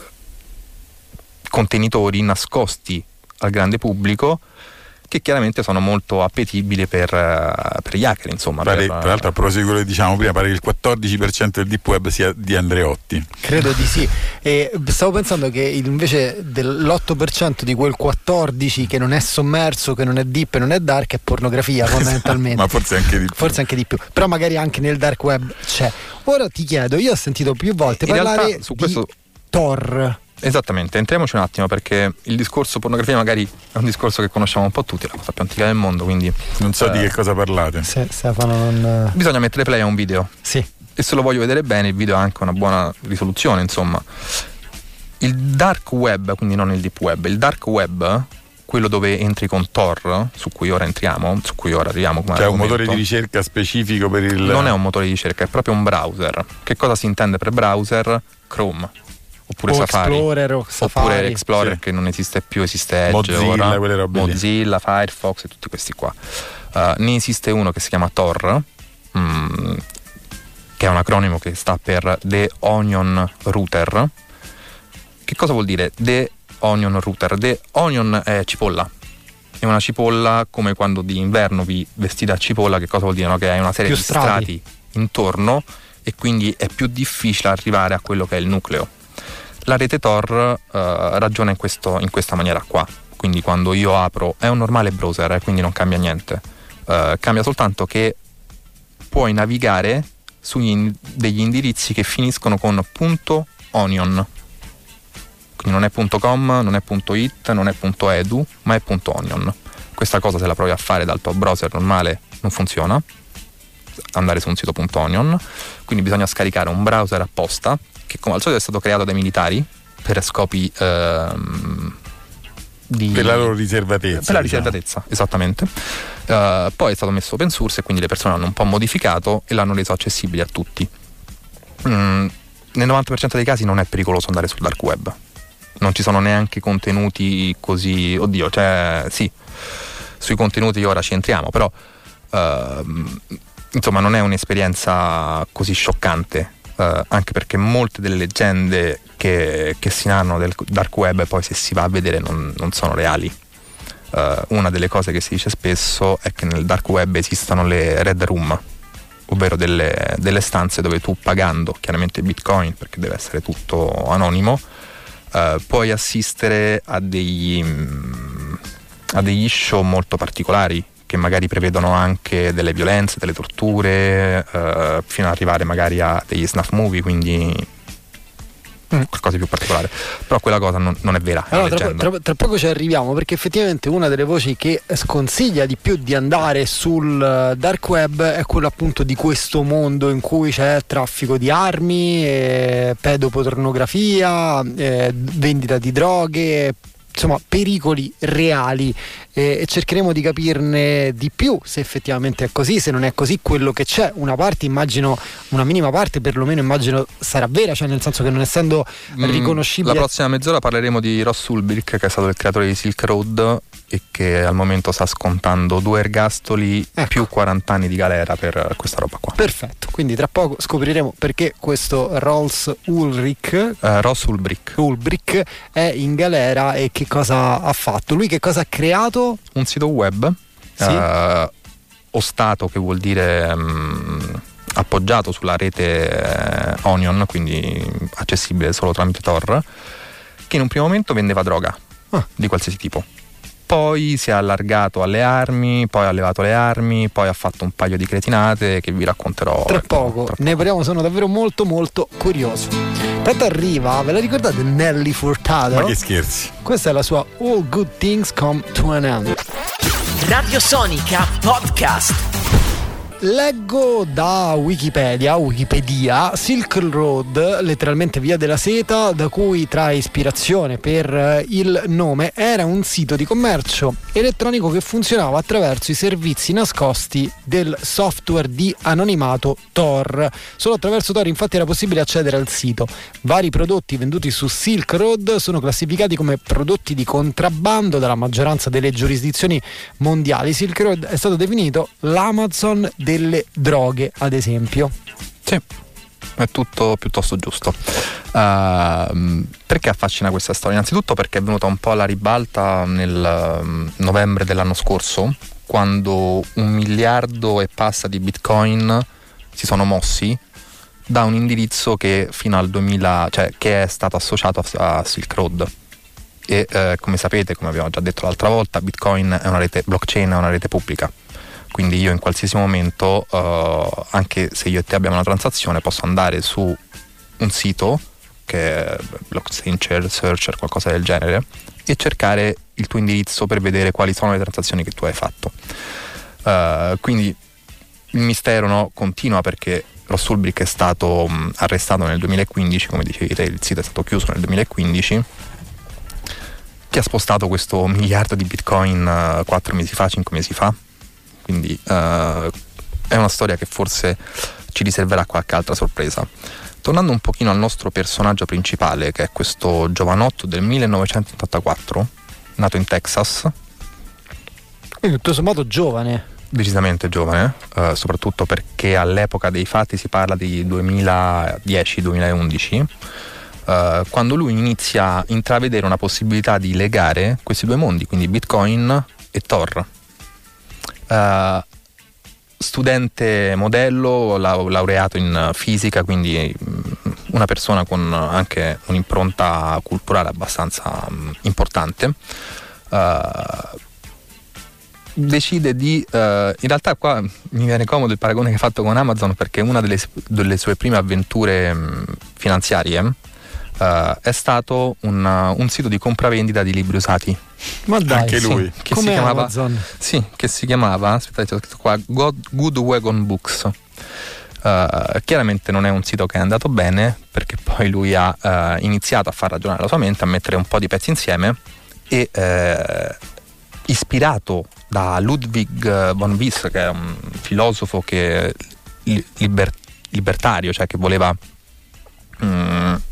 D: contenitori nascosti al grande pubblico, che chiaramente sono molto appetibili per, per gli hacker, insomma.
C: Pare,
D: per,
C: tra l'altro, a proseguo che diciamo prima, pare che il quattordici per cento del deep web sia di Andreotti.
B: Credo di sì. E stavo pensando che invece dell'otto per cento di quel quattordici che non è sommerso, che non è deep, non è dark, è pornografia fondamentalmente.
C: Ma forse anche di più.
B: Forse anche di più. Però magari anche nel dark web c'è. Ora ti chiedo, io ho sentito più volte
D: in
B: parlare
D: realtà, su questo...
B: di Tor.
D: Esattamente, entriamoci un attimo, perché il discorso pornografia magari è un discorso che conosciamo un po' tutti, è la cosa più antica del mondo, quindi
C: non so
D: eh,
C: di che cosa parlate.
B: Se, Stefano non...
D: bisogna mettere play a un video.
B: Sì.
D: E se lo voglio vedere bene, il video ha anche una buona risoluzione, insomma. Il dark web, quindi non il deep web, il dark web, quello dove entri con Tor, su cui ora entriamo, su cui ora arriviamo come
C: C'è un
D: argomento,
C: motore di ricerca specifico per il...
D: non è un motore di ricerca, è proprio un browser. Che cosa si intende per browser? Chrome. Oppure
B: o
D: Safari,
B: Explorer o Safari.
D: oppure Explorer,
C: sì.
D: Che non esiste più, esiste Edge,
C: Mozilla,
D: ora.
C: quelle robe lì.
D: Mozilla, Firefox e tutti questi qua. Uh, ne esiste uno che si chiama Tor, mm, che è un acronimo che sta per The Onion Router. Che cosa vuol dire The Onion Router? The Onion è cipolla. È una cipolla come quando d'inverno vi vestite a cipolla. Che cosa vuol dire? No? Che hai una serie
B: Più
D: di
B: strati.
D: strati intorno e quindi è più difficile arrivare a quello che è il nucleo. La rete Tor uh, ragiona in, questo, in questa maniera qua, quindi quando io apro, è un normale browser, eh, quindi non cambia niente. Uh, cambia soltanto che puoi navigare su in- degli indirizzi che finiscono con .onion. Quindi non è .com, non è .it, non è .edu, ma è .onion. Questa cosa, se la provi a fare dal tuo browser normale, non funziona. Andare su un sito .onion, quindi bisogna scaricare un browser apposta che, come al solito, è stato creato dai militari per scopi ehm, di,
C: per la loro riservatezza.
D: Per la riservatezza, diciamo. Esattamente. Uh, poi è stato messo open source e quindi le persone l'hanno un po' modificato e l'hanno reso accessibile a tutti. Mm, nel novanta per cento dei casi non è pericoloso andare sul dark web. Non ci sono neanche contenuti così, oddio, cioè sì, sui contenuti ora ci entriamo, però uh, insomma non è un'esperienza così scioccante, uh, anche perché molte delle leggende che, che si narrano del dark web poi, se si va a vedere, non, non sono reali. Uh, una delle cose che si dice spesso è che nel dark web esistano le red room, ovvero delle, delle stanze dove tu, pagando chiaramente bitcoin, perché deve essere tutto anonimo, Uh, puoi assistere a degli, mm, a degli show molto particolari che magari prevedono anche delle violenze, delle torture, uh, fino ad arrivare magari a degli snuff movie, quindi mm. qualcosa di più particolare. Però quella cosa non, non è vera. È
B: allora, tra, tra, tra poco ci arriviamo, perché effettivamente una delle voci che sconsiglia di più di andare sul dark web è quella appunto di questo mondo in cui c'è traffico di armi, eh, pedopornografia, eh, vendita di droghe, insomma pericoli reali, eh, e cercheremo di capirne di più, se effettivamente è così, se non è così. Quello che c'è, una parte immagino, una minima parte perlomeno immagino sarà vera, cioè nel senso che non essendo mm, riconoscibile.
D: La prossima mezz'ora parleremo di Ross Ulbricht, che è stato il creatore di Silk Road e che al momento sta scontando due ergastoli, ecco, più quaranta anni di galera per questa roba qua.
B: Perfetto, quindi tra poco scopriremo perché questo Ross Ulrich
D: uh, Ross Ulbricht
B: Ulbricht è in galera e che cosa ha fatto. Lui che cosa ha creato?
D: Un sito web,
B: sì,
D: uh, ostato, che vuol dire um, appoggiato sulla rete uh, Onion, quindi accessibile solo tramite Tor, che in un primo momento vendeva droga ah. di qualsiasi tipo. Poi si è allargato alle armi, poi ha allevato le armi, poi ha fatto un paio di cretinate che vi racconterò
B: tra poco. Tra ne parliamo, sono davvero molto molto curioso. Tanto arriva, ve la ricordate Nelly Furtado?
C: Ma che scherzi.
B: Questa è la sua All Good Things Come to an End.
A: Radio Sonica Podcast.
B: Leggo da Wikipedia, Wikipedia, Silk Road, letteralmente via della seta, da cui trae ispirazione per il nome, era un sito di commercio elettronico che funzionava attraverso i servizi nascosti del software di anonimato Tor. Solo attraverso Tor infatti era possibile accedere al sito. Vari prodotti venduti su Silk Road sono classificati come prodotti di contrabbando dalla maggioranza delle giurisdizioni mondiali. Silk Road è stato definito l'Amazon delle droghe, ad esempio.
D: Sì, è tutto piuttosto giusto. Uh, perché affascina questa storia? Innanzitutto perché è venuta un po' alla ribalta nel um, novembre dell'anno scorso, quando un miliardo e passa di bitcoin si sono mossi da un indirizzo che fino al duemila, cioè che è stato associato a, a Silk Road. E eh, come sapete, come abbiamo già detto l'altra volta, Bitcoin è una rete, blockchain è una rete pubblica. Quindi io in qualsiasi momento, uh, anche se io e te abbiamo una transazione, posso andare su un sito che è blockchain searcher, qualcosa del genere, e cercare il tuo indirizzo per vedere quali sono le transazioni che tu hai fatto. Uh, quindi il mistero, no, continua, perché Ross Ulbricht è stato um, arrestato nel duemilaquindici, come dicevi te, il sito è stato chiuso nel duemilaquindici, che ha spostato questo miliardo di bitcoin uh, quattro mesi fa, cinque mesi fa. Quindi uh, è una storia che forse ci riserverà qualche altra sorpresa. Tornando un pochino al nostro personaggio principale, che è questo giovanotto del millenovecentottantaquattro, nato in Texas.
B: Quindi tutto sommato giovane.
D: Decisamente giovane, uh, soprattutto perché all'epoca dei fatti si parla di duemiladieci duemilaundici, uh, quando lui inizia a intravedere una possibilità di legare questi due mondi, quindi Bitcoin e Tor. Uh, studente modello, laureato in fisica, quindi una persona con anche un'impronta culturale abbastanza um, importante. Uh, decide di uh, in realtà qua mi viene comodo il paragone che hai fatto con Amazon, perché una delle, delle sue prime avventure mh, finanziarie uh, è stato un, uh, un sito di compravendita di libri usati.
B: Ma dai,
C: anche lui
D: sì, che
B: come
D: si chiamava
B: Amazon.
D: sì che si chiamava aspettate, ho scritto qua God, Good Wagon Books. Uh, chiaramente non è un sito che è andato bene, perché poi lui ha uh, iniziato a far ragionare la sua mente, a mettere un po' di pezzi insieme e uh, ispirato da Ludwig von Mises, che è un filosofo che liber, libertario, cioè che voleva um,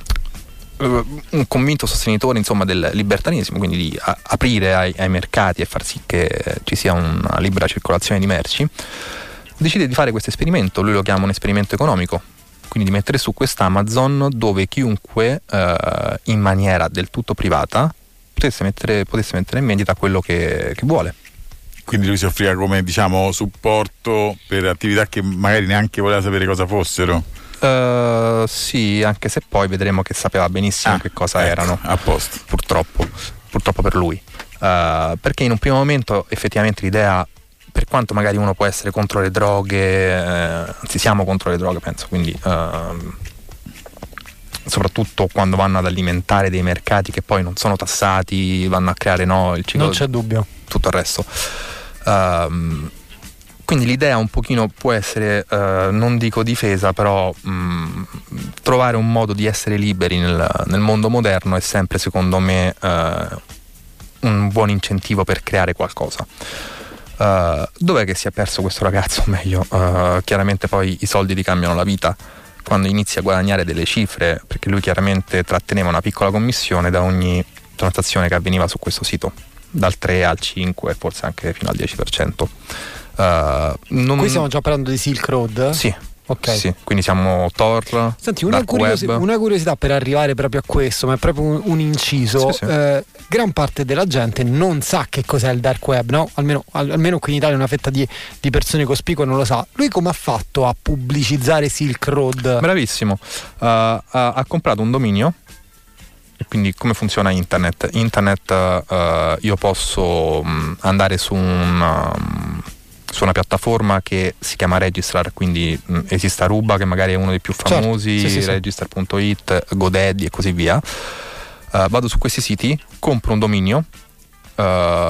D: un convinto sostenitore, insomma, del libertarismo, quindi di a, aprire ai, ai mercati e far sì che ci sia una libera circolazione di merci. Decide di fare questo esperimento, lui lo chiama un esperimento economico, quindi di mettere su quest'Amazon dove chiunque eh, in maniera del tutto privata potesse mettere, potesse mettere in vendita quello che, che vuole.
C: Quindi lui si offriva come, diciamo, supporto per attività che magari neanche voleva sapere cosa fossero.
D: Uh, sì, anche se poi vedremo che sapeva benissimo ah, che cosa
C: ecco,
D: erano.
C: A posto.
D: Purtroppo, purtroppo per lui. Uh, perché in un primo momento effettivamente l'idea, per quanto magari uno può essere contro le droghe, eh, anzi siamo contro le droghe penso, quindi uh, soprattutto quando vanno ad alimentare dei mercati che poi non sono tassati, vanno a creare no, il ciclo,
B: non c'è dubbio,
D: tutto il resto. Uh, quindi l'idea un pochino può essere, uh, non dico difesa, però mh, trovare un modo di essere liberi nel, nel mondo moderno è sempre, secondo me, uh, un buon incentivo per creare qualcosa. Uh, dov'è che si è perso questo ragazzo? O meglio, uh, chiaramente poi i soldi ti cambiano la vita quando inizi a guadagnare delle cifre, perché lui chiaramente tratteneva una piccola commissione da ogni transazione che avveniva su questo sito, dal tre al cinque, forse anche fino al dieci per cento. Uh, non...
B: Qui stiamo già parlando di Silk Road?
D: Sì.
B: Ok.
D: Sì, quindi siamo Tor.
B: Senti, una, curiosi- una curiosità per arrivare proprio a questo, ma è proprio un, un inciso.
D: Sì, sì.
B: Eh, gran parte della gente non sa che cos'è il dark web, no? Almeno, al, almeno qui in Italia una fetta di, di persone cospicue non lo sa. Lui come ha fatto a pubblicizzare Silk Road?
D: Bravissimo. Uh, ha, ha comprato un dominio. E quindi come funziona internet? Internet uh, io posso um, andare su un... Um, su una piattaforma che si chiama Registrar, quindi mh, esiste Aruba che magari è uno dei più famosi, certo, sì, sì, Register punto it, GoDaddy e così via. Uh, vado su questi siti, compro un dominio uh,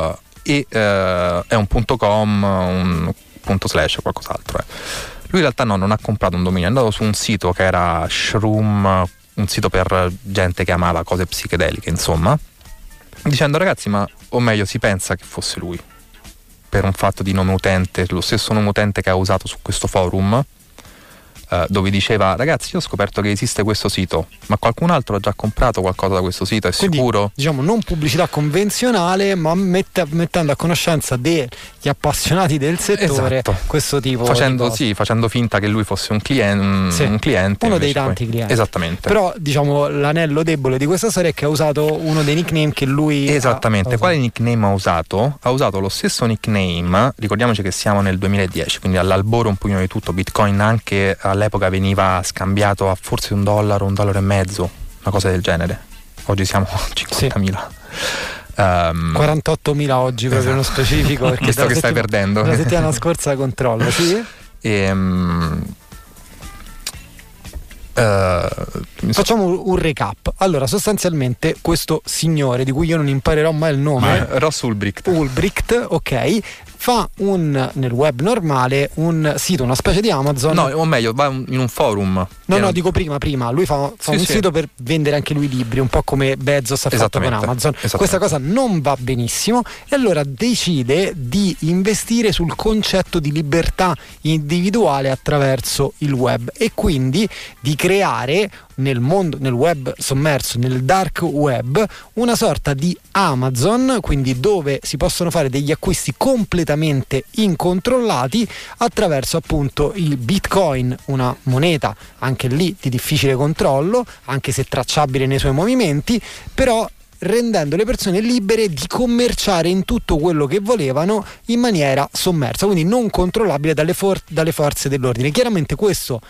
D: e uh, è un .com, un punto slash, qualcos'altro. Eh. Lui in realtà no, non ha comprato un dominio, è andato su un sito che era Shroom, un sito per gente che amava cose psichedeliche, insomma, dicendo ragazzi, ma o meglio si pensa che fosse lui, per un fatto di nome utente, lo stesso nome utente che ha usato su questo forum, eh, dove diceva ragazzi io ho scoperto che esiste questo sito, ma qualcun altro ha già comprato qualcosa da questo sito, è
B: quindi,
D: sicuro?
B: Diciamo non pubblicità convenzionale, ma mette, mettendo a conoscenza degli appassionati del settore,
D: esatto,
B: questo tipo
D: facendo,
B: di cose.
D: Sì, facendo finta che lui fosse un, clien-
B: sì,
D: un cliente,
B: uno dei tanti
D: poi,
B: clienti,
D: esattamente.
B: Però diciamo l'anello debole di questa storia è che ha usato uno dei nickname che lui
D: esattamente.
B: Ha, ha
D: quale nickname ha usato? Ha usato lo stesso nickname, ricordiamoci che siamo nel duemiladieci, quindi all'albore un pochino di tutto. Bitcoin anche all'epoca veniva scambiato a forse un dollaro, un dollaro e mezzo, una cosa del genere. Oggi siamo a cinquantamila. Sì. Um,
B: quarantottomila oggi proprio nello
D: esatto.
B: specifico, perché
D: visto che stai perdendo
B: la settimana scorsa controllo, sì.
D: E, um,
B: uh, facciamo un recap. Allora, sostanzialmente questo signore di cui io non imparerò mai il nome,
D: Ma Ross Ulbricht.
B: Ulbricht, ok, fa un nel web normale un sito, una specie di Amazon.
D: No, o meglio, va in un forum.
B: No, no,
D: non...
B: dico prima, prima. Lui fa, fa
D: sì,
B: un
D: sì.
B: sito per vendere anche lui libri, un po' come Bezos ha fatto con Amazon. Questa cosa non va benissimo e allora decide di investire sul concetto di libertà individuale attraverso il web e quindi di creare nel mondo, nel web sommerso, nel dark web, una sorta di Amazon, quindi dove si possono fare degli acquisti completamente incontrollati attraverso appunto il Bitcoin, una moneta anche lì di difficile controllo, anche se tracciabile nei suoi movimenti, però rendendo le persone libere di commerciare in tutto quello che volevano in maniera sommersa, quindi non controllabile dalle, for- dalle forze dell'ordine. Chiaramente questo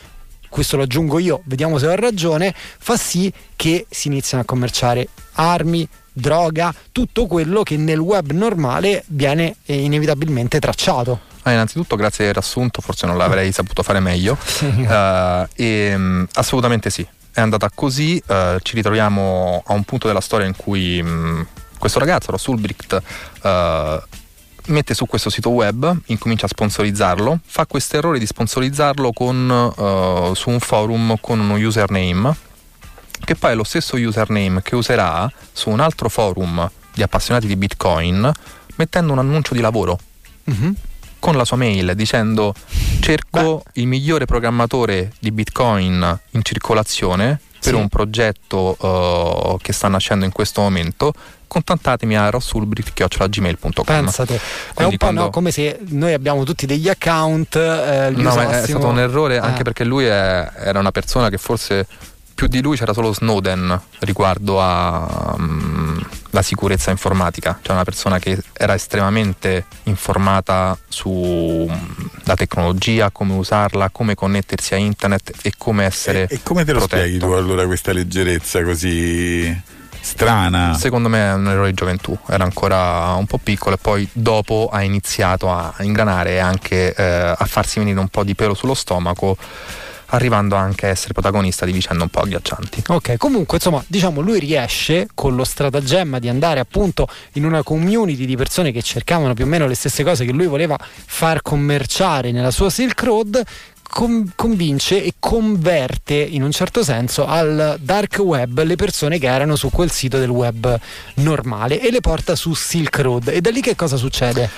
B: questo lo aggiungo io, vediamo se ho ragione, fa sì che si iniziano a commerciare armi, droga, tutto quello che nel web normale viene eh, inevitabilmente tracciato.
D: Ah, innanzitutto grazie al riassunto, forse non l'avrei saputo fare meglio. uh, e, um, assolutamente sì, è andata così. Uh, ci ritroviamo a un punto della storia in cui um, questo ragazzo, Ross Ulbricht, uh, mette su questo sito web, incomincia a sponsorizzarlo, fa questo errore di sponsorizzarlo con, uh, su un forum con uno username, che poi è lo stesso username che userà su un altro forum di appassionati di Bitcoin, mettendo un annuncio di lavoro mm-hmm. con la sua mail dicendo: cerco Beh. il migliore programmatore di Bitcoin in circolazione per sì. un progetto uh, che sta nascendo in questo momento, contattatemi a rossulbricht chiocciola gmail punto com.
B: Pensate, è un po' quando... no, come se noi abbiamo tutti degli account, eh, li
D: no,
B: usassimo...
D: è stato un errore
B: eh.
D: anche perché lui è, era una persona che forse più di lui c'era solo Snowden riguardo alla um, sicurezza informatica, cioè una persona che era estremamente informata sulla tecnologia, come usarla, come connettersi a internet e come essere
C: e, e come te lo
D: protetto.
C: Spieghi tu allora questa leggerezza così strana?
D: Secondo me è un errore di gioventù, era ancora un po' piccolo e poi dopo ha iniziato a ingranare e anche eh, a farsi venire un po' di pelo sullo stomaco, arrivando anche a essere protagonista di vicende un po' agghiaccianti.
B: Ok, comunque insomma diciamo lui riesce con lo stratagemma di andare appunto in una community di persone che cercavano più o meno le stesse cose che lui voleva far commerciare nella sua Silk Road, com- convince e converte in un certo senso al dark web le persone che erano su quel sito del web normale e le porta su Silk Road. E da lì che cosa succede?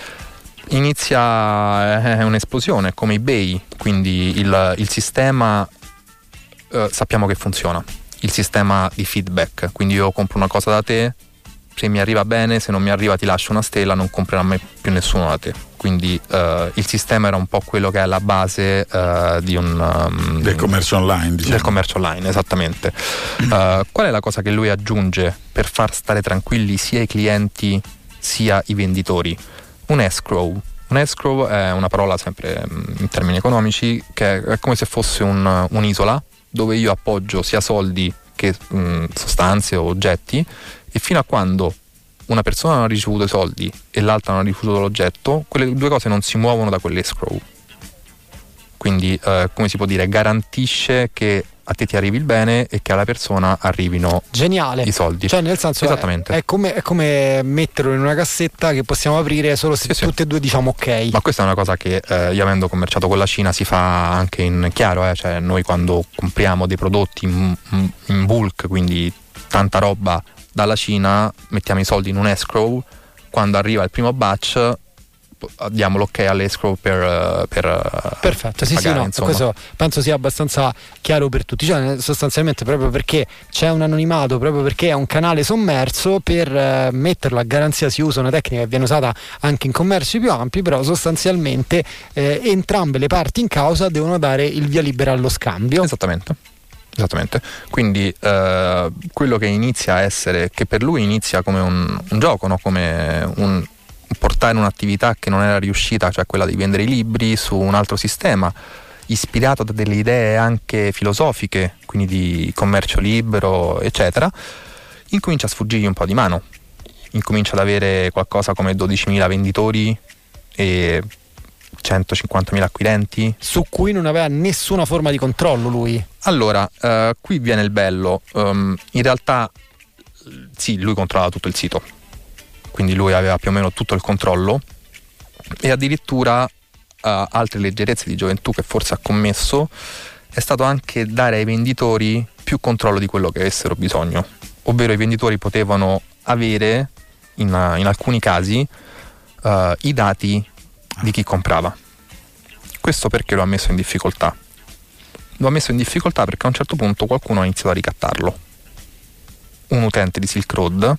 D: Inizia eh, un'esplosione come eBay, quindi il, il sistema eh, sappiamo che funziona, il sistema di feedback, quindi io compro una cosa da te, se mi arriva bene, se non mi arriva ti lascio una stella, non comprerà mai più nessuno da te. Quindi eh, il sistema era un po' quello che è la base eh, di un um,
C: del commercio online, diciamo.
D: Del commercio online, esattamente. uh, qual è la cosa che lui aggiunge per far stare tranquilli sia i clienti sia i venditori? Un escrow. Un escrow è una parola sempre in termini economici che è come se fosse un, un'isola dove io appoggio sia soldi che mh, sostanze o oggetti, e fino a quando una persona non ha ricevuto i soldi e l'altra non ha ricevuto l'oggetto, quelle due cose non si muovono da quell'escrow. Quindi eh, come si può dire, garantisce che a te ti arrivi il bene e che alla persona arrivino
B: Geniale.
D: i soldi.
B: Cioè nel senso
D: Esattamente.
B: È, è, come, è come metterlo in una cassetta che possiamo aprire solo se sì, tutte sì. e due diciamo ok.
D: Ma questa è una cosa che eh, io avendo commerciato con la Cina si fa anche in chiaro, eh? Cioè noi quando compriamo dei prodotti in, in bulk, quindi tanta roba dalla Cina, mettiamo i soldi in un escrow, quando arriva il primo batch diamo l'ok all'escrow per, per
B: perfetto, sì
D: pagare,
B: sì no,
D: insomma.
B: Questo penso sia abbastanza chiaro per tutti, cioè sostanzialmente proprio perché c'è un anonimato, proprio perché è un canale sommerso, per eh, metterlo a garanzia si usa una tecnica che viene usata anche in commerci più ampi, però sostanzialmente eh, entrambe le parti in causa devono dare il via libera allo scambio.
D: Esattamente. Esattamente, quindi eh, quello che inizia a essere, che per lui inizia come un, un gioco, no? Come un portare un'attività che non era riuscita, cioè quella di vendere i libri, su un altro sistema ispirato da delle idee anche filosofiche, quindi di commercio libero eccetera, incomincia a sfuggirgli un po' di mano, incomincia ad avere qualcosa come dodicimila venditori e centocinquantamila acquirenti
B: su cui non aveva nessuna forma di controllo lui.
D: Allora eh, qui viene il bello, um, in realtà sì, lui controllava tutto il sito, quindi lui aveva più o meno tutto il controllo, e addirittura uh, altre leggerezze di gioventù che forse ha commesso è stato anche dare ai venditori più controllo di quello che avessero bisogno, ovvero i venditori potevano avere in, in alcuni casi uh, i dati di chi comprava. Questo perché lo ha messo in difficoltà? Lo ha messo in difficoltà perché a un certo punto qualcuno ha iniziato a ricattarlo. Un utente di Silk Road,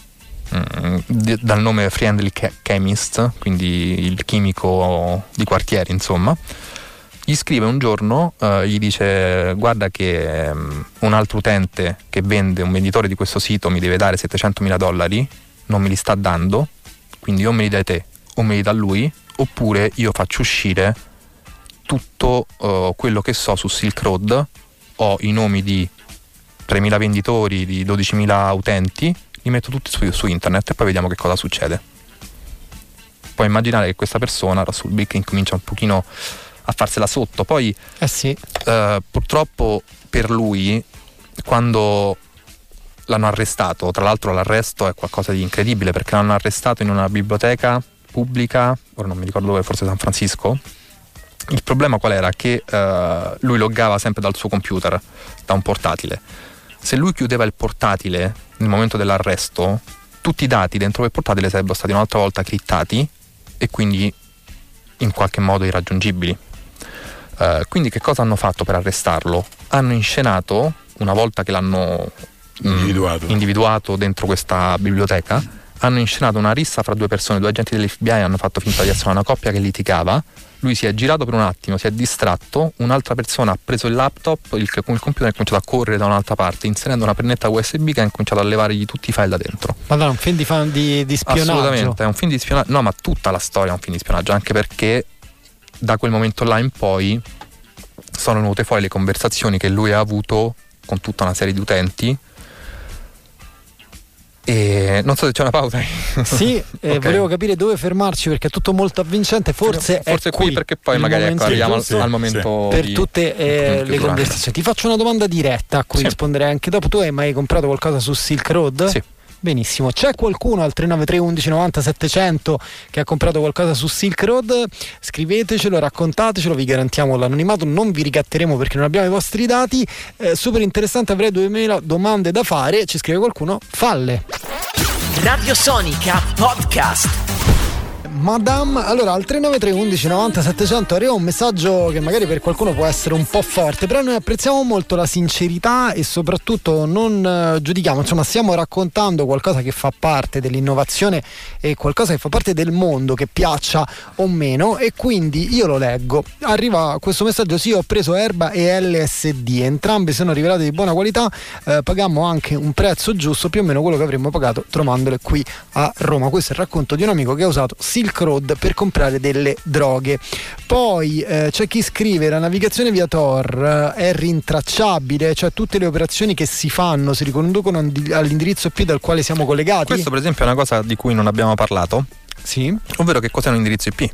D: dal nome Friendly Chemist, quindi il chimico di quartiere insomma, gli scrive un giorno, eh, gli dice: guarda che um, un altro utente che vende, un venditore di questo sito mi deve dare settecentomila dollari, non me li sta dando, quindi o me li dai te o me li dà lui, oppure io faccio uscire tutto uh, quello che so su Silk Road, ho i nomi di tremila venditori, di dodicimila utenti, li metto tutti su, su internet e poi vediamo che cosa succede. Puoi immaginare che questa persona, Russell Bick, incomincia un pochino a farsela sotto. Poi
B: eh sì.
D: uh, purtroppo per lui, quando l'hanno arrestato, tra l'altro l'arresto è qualcosa di incredibile perché l'hanno arrestato in una biblioteca pubblica, ora non mi ricordo dove, forse San Francisco. Il problema qual era? Che uh, lui loggava sempre dal suo computer, da un portatile. Se lui chiudeva il portatile nel momento dell'arresto, tutti i dati dentro quel portatile sarebbero stati un'altra volta crittati e quindi in qualche modo irraggiungibili. Uh, quindi che cosa hanno fatto per arrestarlo? Hanno inscenato, una volta che l'hanno
C: individuato.
D: Mh, individuato dentro questa biblioteca, hanno inscenato una rissa fra due persone, due agenti dell'F B I hanno fatto finta di essere una coppia che litigava. Lui si è girato per un attimo, si è distratto, un'altra persona ha preso il laptop, il, il computer, e ha cominciato a correre da un'altra parte, inserendo una pennetta U S B che ha cominciato a levargli tutti i file da dentro.
B: Ma no, è un film di, fan, di, di spionaggio.
D: Assolutamente, è un film di spionaggio. No, ma tutta la storia è un film di spionaggio, anche perché da quel momento là in poi sono venute fuori le conversazioni che lui ha avuto con tutta una serie di utenti. E non so se c'è una pausa.
B: Sì, eh, okay. Volevo capire dove fermarci perché è tutto molto avvincente. Forse,
D: forse
B: è
D: qui,
B: qui
D: perché poi magari ecco, arriviamo al, al momento
B: per
D: di,
B: tutte eh, le conversazioni. Ti faccio una domanda diretta a cui sì. risponderei anche dopo. Tu hai mai comprato qualcosa su Silk Road?
D: Sì.
B: Benissimo, c'è qualcuno al tre nove tre undici novanta settecento che ha comprato qualcosa su Silk Road? Scrivetecelo, raccontatecelo, vi garantiamo l'anonimato, non vi ricatteremo perché non abbiamo i vostri dati. Eh, super interessante, avrei duemila domande da fare, ci scrive qualcuno, falle.
A: Radio Sonica Podcast.
B: Madame, allora al tre nove tre undici novanta settecento arriva un messaggio che magari per qualcuno può essere un po' forte, però noi apprezziamo molto la sincerità e soprattutto non uh, giudichiamo, insomma stiamo raccontando qualcosa che fa parte dell'innovazione e qualcosa che fa parte del mondo, che piaccia o meno, e quindi io lo leggo. Arriva questo messaggio: sì, ho preso Erba e L S D, entrambe sono rivelate di buona qualità, eh, pagammo anche un prezzo giusto, più o meno quello che avremmo pagato trovandole qui a Roma. Questo è il racconto di un amico che ha usato Silk Road per comprare delle droghe. Poi eh, c'è chi scrive: la navigazione via Tor eh, è rintracciabile, cioè tutte le operazioni che si fanno si riconducono all'indirizzo I P dal quale siamo collegati.
D: Questo per esempio è una cosa di cui non abbiamo parlato,
B: sì,
D: ovvero che cos'è un indirizzo I P.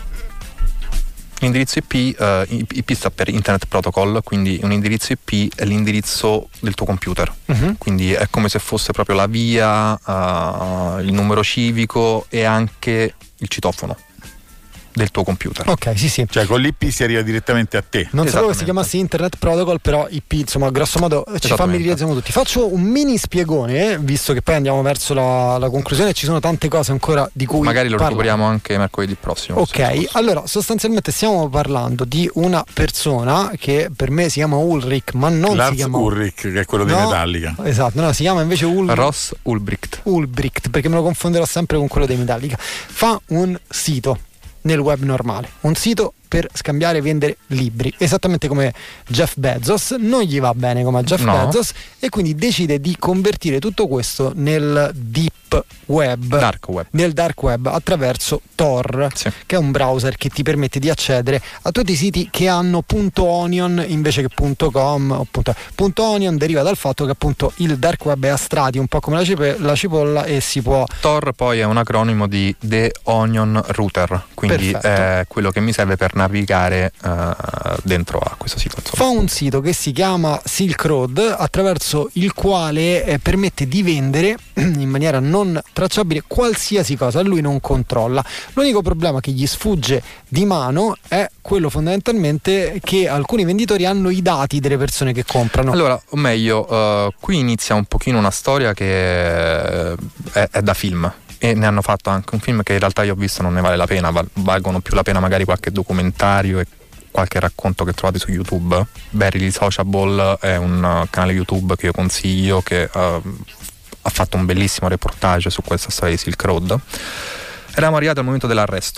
D: L'indirizzo I P, uh, I P sta per Internet Protocol, quindi un indirizzo I P è l'indirizzo del tuo computer, uh-huh. Quindi è come se fosse proprio la via, uh, il numero civico e anche il citofono del tuo computer.
B: Ok, sì, sì.
C: Cioè con l'I P si arriva direttamente a te.
B: Non sapevo che si chiamasse Internet Protocol, però I P, insomma, grosso modo ci familiarizziamo tutti. Faccio un mini spiegone, visto che poi andiamo verso la, la conclusione, ci sono tante cose ancora di cui
D: magari lo
B: parlare.
D: recuperiamo anche mercoledì prossimo.
B: Ok, allora sostanzialmente stiamo parlando di una persona che per me si chiama Ulrich, ma non
C: Lars
B: si chiama
C: Ulrich, che è quello di
B: no,
C: Metallica.
B: Esatto, no, si chiama invece Ulrich.
D: Ross Ulbricht.
B: Ulbricht, perché me lo confonderò sempre con quello dei Metallica. Fa un sito nel web normale, un sito per scambiare e vendere libri, esattamente come Jeff Bezos. Non gli va bene come a Jeff
D: no.
B: Bezos, e quindi decide di convertire tutto questo nel deep web,
D: dark web.
B: nel dark web attraverso Tor,
D: sì.
B: che è un browser che ti permette di accedere a tutti i siti che hanno .onion invece che .com o punto .onion deriva dal fatto che appunto il dark web è a strati, un po' come la, cip- la cipolla, e si può...
D: Tor poi è un acronimo di The Onion Router, quindi
B: Perfetto.
D: È quello che mi serve per navigare uh, dentro a questo sito, insomma.
B: Fa un sito che si chiama Silk Road, attraverso il quale eh, permette di vendere in maniera non tracciabile qualsiasi cosa, lui non controlla. L'unico problema che gli sfugge di mano è quello fondamentalmente che alcuni venditori hanno i dati delle persone che comprano.
D: Allora, o meglio, uh, qui inizia un pochino una storia che è, è da film. E ne hanno fatto anche un film che in realtà io ho visto, non ne vale la pena, val- valgono più la pena magari qualche documentario e qualche racconto che trovate su YouTube. Barely Sociable è un uh, canale YouTube che io consiglio, che uh, ha fatto un bellissimo reportage su questa storia di Silk Road. Eravamo arrivati al momento dell'arresto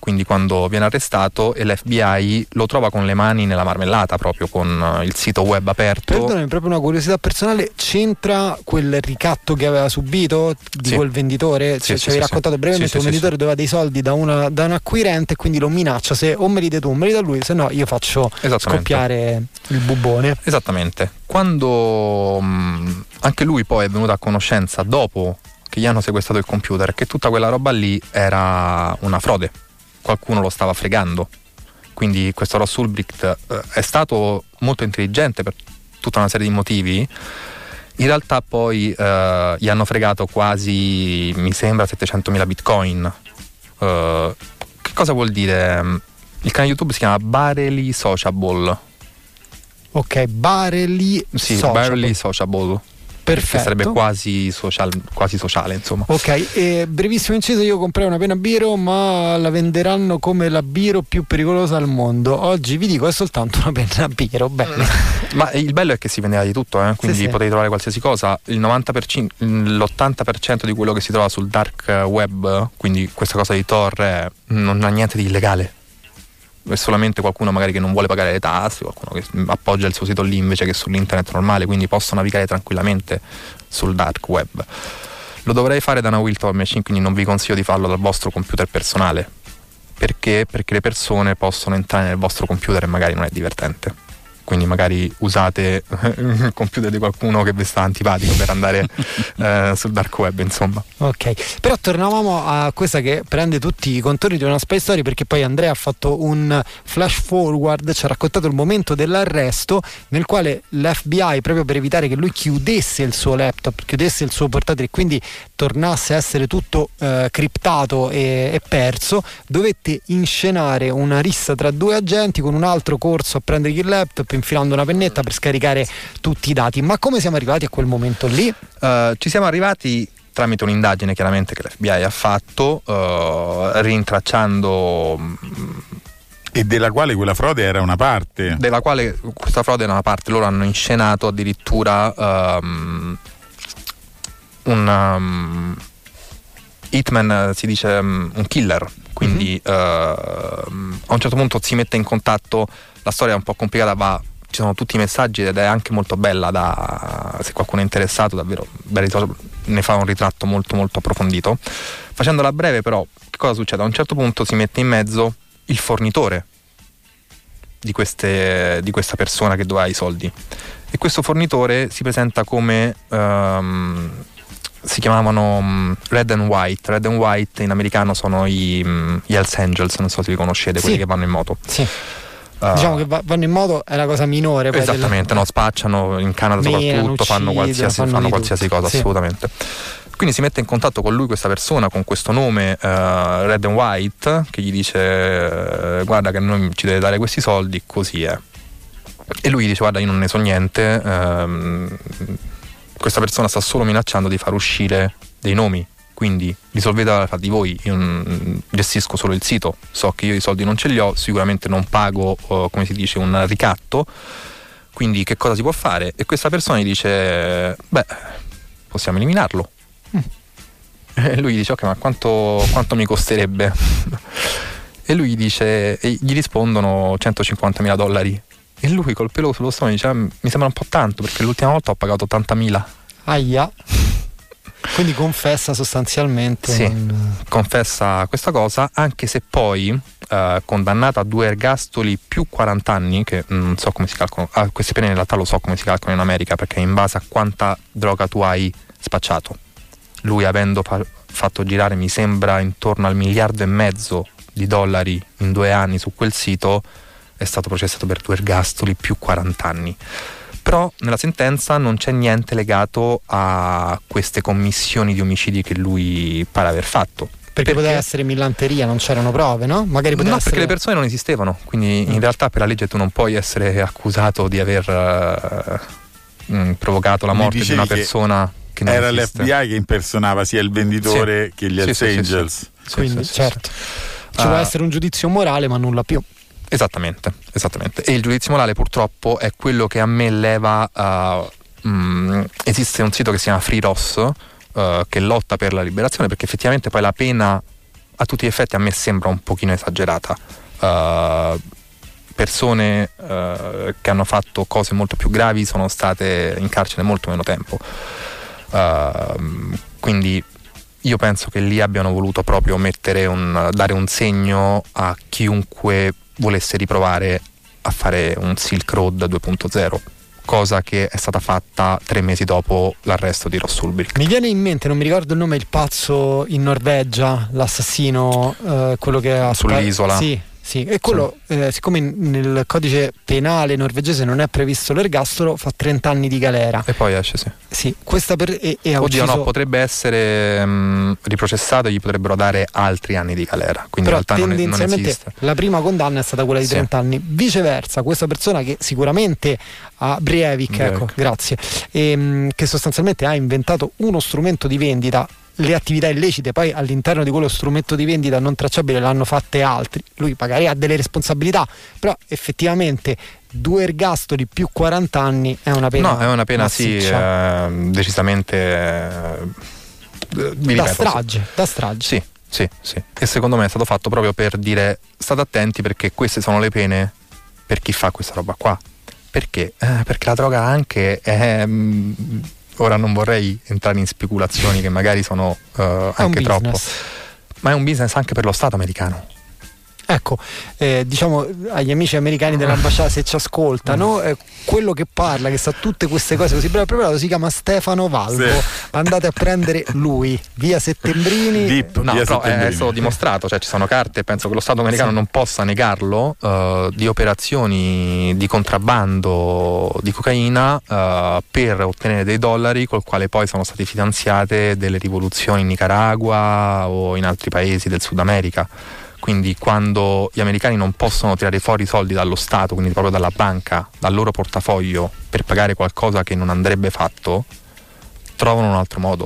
D: quindi quando viene arrestato e l'F B I lo trova con le mani nella marmellata, proprio con il sito web aperto.
B: Perdonami, proprio una curiosità personale, c'entra quel ricatto che aveva subito di
D: sì.
B: quel venditore?
D: Sì,
B: cioè,
D: sì,
B: ci avevi
D: sì,
B: raccontato
D: sì.
B: brevemente,
D: sì,
B: un
D: sì,
B: venditore
D: sì.
B: doveva dei soldi da, una, da un acquirente e quindi lo minaccia: se o me li dai tu o me li dà lui, se no io faccio scoppiare il bubone.
D: Esattamente. Quando mh, anche lui poi è venuto a conoscenza, dopo che gli hanno sequestrato il computer, che tutta quella roba lì era una frode, qualcuno lo stava fregando. Quindi questo Ross Ulbricht eh, è stato molto intelligente per tutta una serie di motivi. In realtà poi eh, gli hanno fregato quasi, mi sembra, settecentomila bitcoin. Eh, che cosa vuol dire? Il canale YouTube si chiama Barely Sociable.
B: Ok, Barely
D: Sì,
B: Sociable.
D: Barely Sociable.
B: Perfetto.
D: Che sarebbe quasi, social, quasi sociale, insomma.
B: Ok, e brevissimo inciso, io comprai una penna Biro, ma la venderanno come la Biro più pericolosa al mondo. Oggi vi dico è soltanto una penna Biro, bene.
D: Ma il bello è che si vendeva di tutto, eh? Quindi
B: sì, sì.
D: potevi trovare qualsiasi cosa. Il novanta per cento, l'ottanta per cento di quello che si trova sul dark web, quindi questa cosa di Tor, è, non ha niente di illegale. È solamente qualcuno magari che non vuole pagare le tasse, qualcuno che appoggia il suo sito lì invece che sull'internet normale, quindi posso navigare tranquillamente sul dark web. Lo dovrei fare da una virtual machine, quindi non vi consiglio di farlo dal vostro computer personale. Perché? Perché le persone possono entrare nel vostro computer e magari non è divertente. Quindi magari usate il computer di qualcuno che vi sta antipatico per andare eh, sul dark web, insomma.
B: Ok, però tornavamo a questa che prende tutti i contorni di una spy story, perché poi Andrea ha fatto un flash forward, ci ha raccontato il momento dell'arresto nel quale l'F B I, proprio per evitare che lui chiudesse il suo laptop, chiudesse il suo portatile e quindi tornasse a essere tutto eh, criptato e, e perso, dovette inscenare una rissa tra due agenti con un altro corso a prendergli il laptop, infilando una pennetta per scaricare tutti i dati. Ma come siamo arrivati a quel momento lì?
D: Uh, ci siamo arrivati tramite un'indagine chiaramente che l'F B I ha fatto, uh, rintracciando
C: e della quale quella frode era una parte
D: della quale questa frode era una parte. Loro hanno inscenato addirittura um, un um, hitman, si dice um, un killer, quindi mm-hmm. uh, a un certo punto si mette in contatto. La storia è un po' complicata, ma ci sono tutti i messaggi ed è anche molto bella, da, se qualcuno è interessato, davvero ne fa un ritratto molto molto approfondito. Facendola breve, però, che cosa succede? A un certo punto si mette in mezzo il fornitore di, queste, di questa persona che doveva i soldi, e questo fornitore si presenta come um, si chiamavano um, Red and White. Red and White in americano sono i, um, gli Hells Angels, non so se li conoscete, sì. Quelli che vanno in moto.
B: Sì. Uh, diciamo che vanno in moto è la cosa minore. Poi
D: esattamente,
B: della...
D: no, spacciano in Canada soprattutto, uccidono, fanno qualsiasi, fanno fanno qualsiasi cosa, sì. Assolutamente. Quindi si mette in contatto con lui questa persona con questo nome uh, Red and White, che gli dice uh, guarda che noi ci deve dare questi soldi, così è. E lui dice guarda io non ne so niente, uh, questa persona sta solo minacciando di far uscire dei nomi, quindi risolvetela fra di voi, io non gestisco solo il sito, so che io i soldi non ce li ho, sicuramente non pago uh, come si dice un ricatto, quindi che cosa si può fare? E questa persona gli dice beh, possiamo eliminarlo. mm. E lui gli dice ok, ma quanto, quanto mi costerebbe? E lui gli dice, e gli rispondono centocinquantamila dollari, e lui col pelo sullo stomaco dice ah, mi sembra un po' tanto perché l'ultima volta ho pagato ottantamila.
B: Aia. Quindi confessa sostanzialmente.
D: Sì,
B: un...
D: confessa questa cosa, anche se poi eh, condannata a due ergastoli più quaranta anni, che non so come si calcolano, ah, queste pene in realtà lo so come si calcolano in America, perché in base a quanta droga tu hai spacciato. Lui, avendo fa- fatto girare mi sembra intorno al miliardo e mezzo di dollari in due anni su quel sito, è stato processato per due ergastoli più quaranta anni. Però nella sentenza non c'è niente legato a queste commissioni di omicidi che lui pare aver fatto.
B: Perché,
D: perché
B: poteva essere millanteria, non c'erano prove, no? Magari poteva
D: no,
B: essere...
D: perché le persone non esistevano, quindi mm. in realtà per la legge tu non puoi essere accusato di aver uh, mh, provocato la morte di una persona che non
C: era
D: esiste.
C: l'F B I che impersonava sia il venditore
D: sì.
C: che gli Hells
D: sì,
C: Angels.
D: sì, sì, sì.
B: Quindi
D: sì, sì,
B: certo,
D: sì.
B: ci può
D: uh,
B: essere un giudizio morale ma nulla più.
D: Esattamente, esattamente. E il giudizio morale purtroppo è quello che a me leva. Uh, mh, esiste un sito che si chiama Free Ross uh, che lotta per la liberazione, perché effettivamente poi la pena a tutti gli effetti a me sembra un pochino esagerata. Uh, persone uh, che hanno fatto cose molto più gravi sono state in carcere molto meno tempo. Uh, quindi io penso che lì abbiano voluto proprio mettere un, dare un segno a chiunque volesse riprovare a fare un Silk Road due punto zero, cosa che è stata fatta tre mesi dopo l'arresto di Ross Ulbricht.
B: Mi viene in mente, non mi ricordo il nome, il pazzo in Norvegia, l'assassino, eh, quello che ha
D: sull'isola.
B: Sì, sì. E quello, sì. Eh, siccome nel codice penale norvegese non è previsto l'ergastolo, fa trenta anni di galera.
D: E poi esce, sì.
B: Sì, questa per, e, e ha
D: Oddio,
B: ucciso...
D: no, potrebbe essere mh, riprocessato e gli potrebbero dare altri anni di galera. Quindi
B: però
D: in realtà non, è, non esiste.
B: La prima condanna è stata quella di sì. trenta anni. Viceversa, questa persona che sicuramente ha Breivik,
D: Breivik.
B: ecco, grazie, e, mh, che sostanzialmente ha inventato uno strumento di vendita. Le attività illecite poi all'interno di quello strumento di vendita non tracciabile l'hanno fatte altri, lui magari ha delle responsabilità, però effettivamente due ergastoli più quaranta anni è una pena.
D: No, è una pena massiccia. Sì, eh, decisamente eh, mi
B: da
D: ripeto,
B: strage,
D: sì.
B: da strage.
D: Sì, sì, sì. E secondo me è stato fatto proprio per dire state attenti perché queste sono le pene per chi fa questa roba qua. Perché? Eh, perché la droga anche è... Mh, ora non vorrei entrare in speculazioni che magari sono uh, anche troppo, ma è un business anche per lo Stato americano.
B: Ecco, eh, diciamo agli amici americani dell'ambasciata, se ci ascoltano, eh, quello che parla, che sa tutte queste cose così bravo preparato, si chiama Stefano Valvo. Sì. Andate a prendere lui, via Settembrini.
D: Deep, no, via però Settembrini. È stato dimostrato, cioè ci sono carte, penso che lo Stato americano sì. non possa negarlo, uh, di operazioni di contrabbando di cocaina uh, per ottenere dei dollari, col quale poi sono state finanziate delle rivoluzioni in Nicaragua o in altri paesi del Sud America. Quindi quando gli americani non possono tirare fuori i soldi dallo Stato, quindi proprio dalla banca, dal loro portafoglio, per pagare qualcosa che non andrebbe fatto, trovano un altro modo.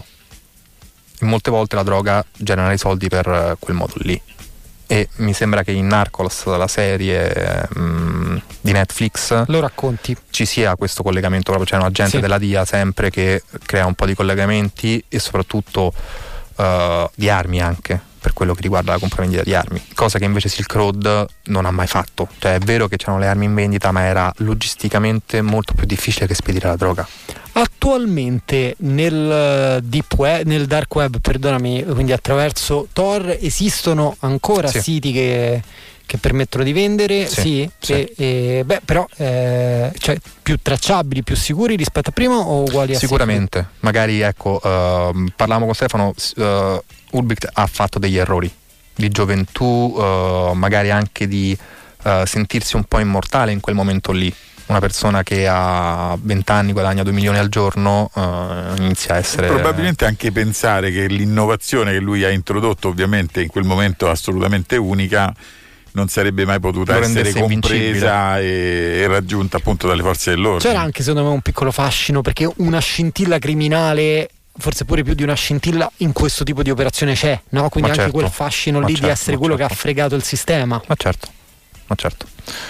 D: E molte volte la droga genera i soldi per quel modo lì. E mi sembra che in Narcos, la serie mh, di Netflix,
B: lo racconti,
D: ci sia questo collegamento, proprio c'è un agente sì. della D I A sempre che crea un po' di collegamenti e soprattutto uh, di armi anche, per quello che riguarda la compravendita di armi, cosa che invece Silk Road non ha mai fatto. Cioè è vero che c'erano le armi in vendita, ma era logisticamente molto più difficile che spedire la droga.
B: Attualmente nel deep web, nel dark web, perdonami, quindi attraverso Tor, esistono ancora sì. siti che, che permettono di vendere, sì, sì, sì. E, e, beh, però eh, cioè più tracciabili, più sicuri rispetto a prima o uguali a
D: sicuramente? Silk? Magari ecco, uh, parlavamo con Stefano, uh, Ulbricht ha fatto degli errori di gioventù, uh, magari anche di uh, sentirsi un po' immortale in quel momento lì. Una persona che a venti anni guadagna due milioni al giorno uh, inizia a essere...
C: Probabilmente anche pensare che l'innovazione che lui ha introdotto, ovviamente in quel momento assolutamente unica, non sarebbe mai potuta essere compresa e, e raggiunta appunto dalle forze dell'ordine.
B: C'era anche secondo me un piccolo fascino, perché una scintilla criminale, forse pure più di una scintilla, in questo tipo di operazione c'è, no? Quindi ma anche certo, quel fascino lì certo, di essere quello certo. che ha fregato il sistema.
D: Ma certo, ma certo.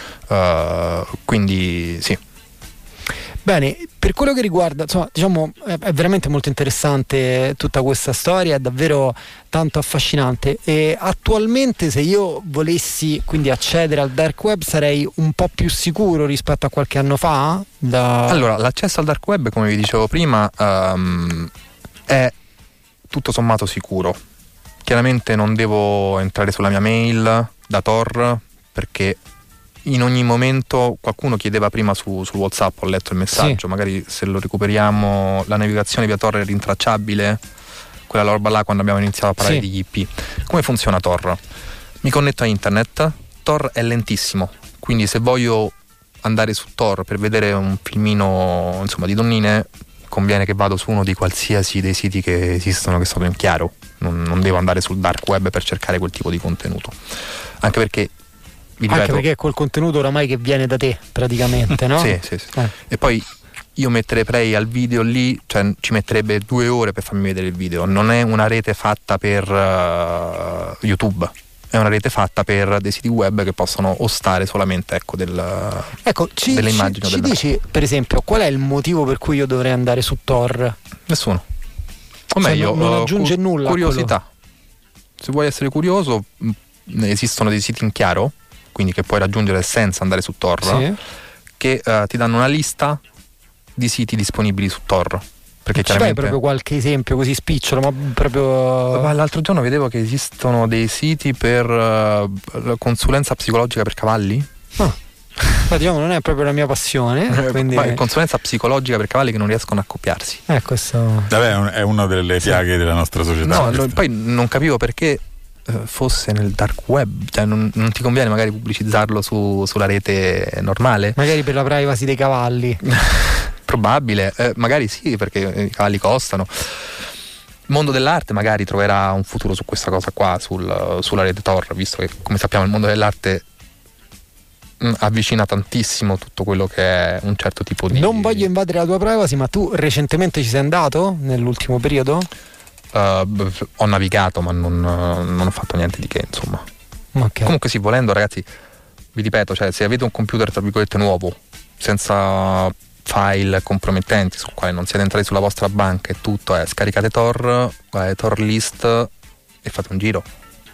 D: Uh, quindi sì.
B: Bene, per quello che riguarda, insomma, diciamo, è, è veramente molto interessante tutta questa storia, è davvero tanto affascinante. E attualmente, se io volessi quindi accedere al dark web, sarei un po' più sicuro rispetto a qualche anno fa? Da...
D: Allora, l'accesso al dark web, come vi dicevo prima, um, è tutto sommato sicuro. Chiaramente non devo entrare sulla mia mail da Tor, perché in ogni momento qualcuno chiedeva prima su, su WhatsApp, ho letto il messaggio, sì. magari se lo recuperiamo, la navigazione via Tor è rintracciabile, quella roba là quando abbiamo iniziato a parlare sì. di I P. Come funziona Tor? Mi connetto a internet, Tor è lentissimo, quindi se voglio andare su Tor per vedere un filmino insomma di donnine, conviene che vado su uno di qualsiasi dei siti che esistono, che sono in chiaro, non, non devo andare sul dark web per cercare quel tipo di contenuto, anche perché vi ripeto,
B: anche perché è quel contenuto oramai che viene da te praticamente, no?
D: sì, sì, sì. Eh. E poi io mettere play al video lì, cioè ci metterebbe due ore per farmi vedere il video. Non è una rete fatta per uh, YouTube, è una rete fatta per dei siti web che possono ostare solamente ecco, del,
B: ecco ci,
D: delle immagini.
B: Ci, ci dici per esempio qual è il motivo per cui io dovrei andare su Tor?
D: Nessuno. O
B: cioè
D: meglio,
B: non, non aggiunge
D: uh,
B: nulla.
D: Curiosità. se vuoi essere curioso, mh, esistono dei siti in chiaro, quindi che puoi raggiungere senza andare su Tor, sì. che uh, ti danno una lista di siti disponibili su Tor. Perché
B: ci fai proprio qualche esempio così spicciolo, ma proprio...
D: Ma l'altro giorno vedevo che esistono dei siti per uh, la consulenza psicologica per cavalli.
B: Ah. Ma diciamo non è proprio la mia passione, quindi...
D: Ma è consulenza psicologica per cavalli che non riescono a accoppiarsi.
B: Eh, questo...
C: Vabbè, è una delle piaghe sì. della nostra società.
D: No, no, poi non capivo perché fosse nel dark web, cioè non, non ti conviene magari pubblicizzarlo su, sulla rete normale?
B: Magari per la privacy dei cavalli.
D: Probabile, eh, magari sì, perché i cavalli costano. Il mondo dell'arte magari troverà un futuro su questa cosa qua, sul, sulla rete Tor, visto che come sappiamo il mondo dell'arte mh, avvicina tantissimo tutto quello che è un certo tipo di...
B: Non voglio invadere la tua privacy, ma tu recentemente ci sei andato nell'ultimo periodo?
D: Uh, ho navigato, ma non, non ho fatto niente di che, insomma.
B: Okay.
D: Comunque sì, volendo, ragazzi, vi ripeto, cioè se avete un computer tra virgolette nuovo, senza file compromettenti sul quale non siete entrati sulla vostra banca e tutto, è scaricate Tor, guardate Tor list e fate un giro.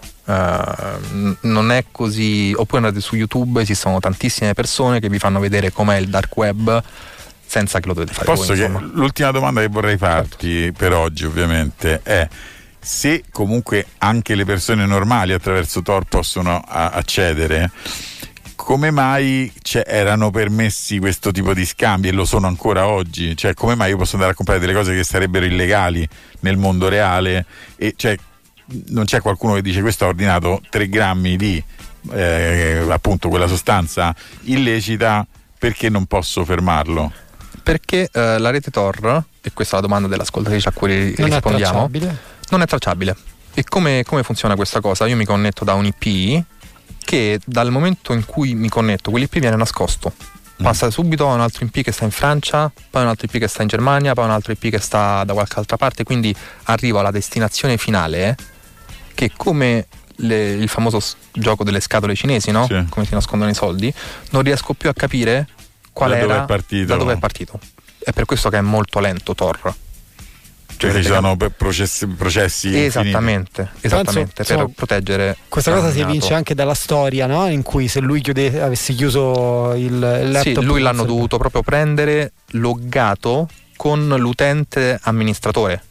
D: Uh, non è così. Oppure andate su YouTube, esistono tantissime persone che vi fanno vedere com'è il dark web senza che lo dovete fare.
C: Posso
D: voi,
C: che l'ultima domanda che vorrei farti certo. per oggi ovviamente è se comunque anche le persone normali attraverso Tor possono a- accedere, come mai erano permessi questo tipo di scambi e lo sono ancora oggi? Cioè come mai io posso andare a comprare delle cose che sarebbero illegali nel mondo reale e cioè non c'è qualcuno che dice questo ha ordinato tre grammi di eh, appunto quella sostanza illecita, perché non posso fermarlo?
D: Perché eh, la rete Tor, e questa è la domanda dell'ascoltatrice a cui
B: non
D: rispondiamo,
B: è tracciabile.
D: non è tracciabile. E come, come funziona questa cosa? Io mi connetto da un I P che dal momento in cui mi connetto, quell'I P viene nascosto. Passa subito a un altro I P che sta in Francia, poi a un altro I P che sta in Germania, poi a un altro I P che sta da qualche altra parte, quindi arrivo alla destinazione finale che come le, il famoso s- gioco delle scatole cinesi, no?
C: Sì.
D: Come si nascondono i soldi, non riesco più a capire qual
C: da
D: era,
C: dove è partito.
D: da dove è partito. È per questo che è molto lento Tor.
C: Cioè ci sono processi, processi
D: esattamente,
C: infiniti.
D: esattamente
B: Penso,
D: per
B: insomma,
D: proteggere.
B: Questa cosa si evince anche dalla storia, no? In cui se lui chiude, avesse chiuso il, il laptop,
D: sì, lui l'hanno
B: sarebbe...
D: dovuto proprio prendere loggato con l'utente amministratore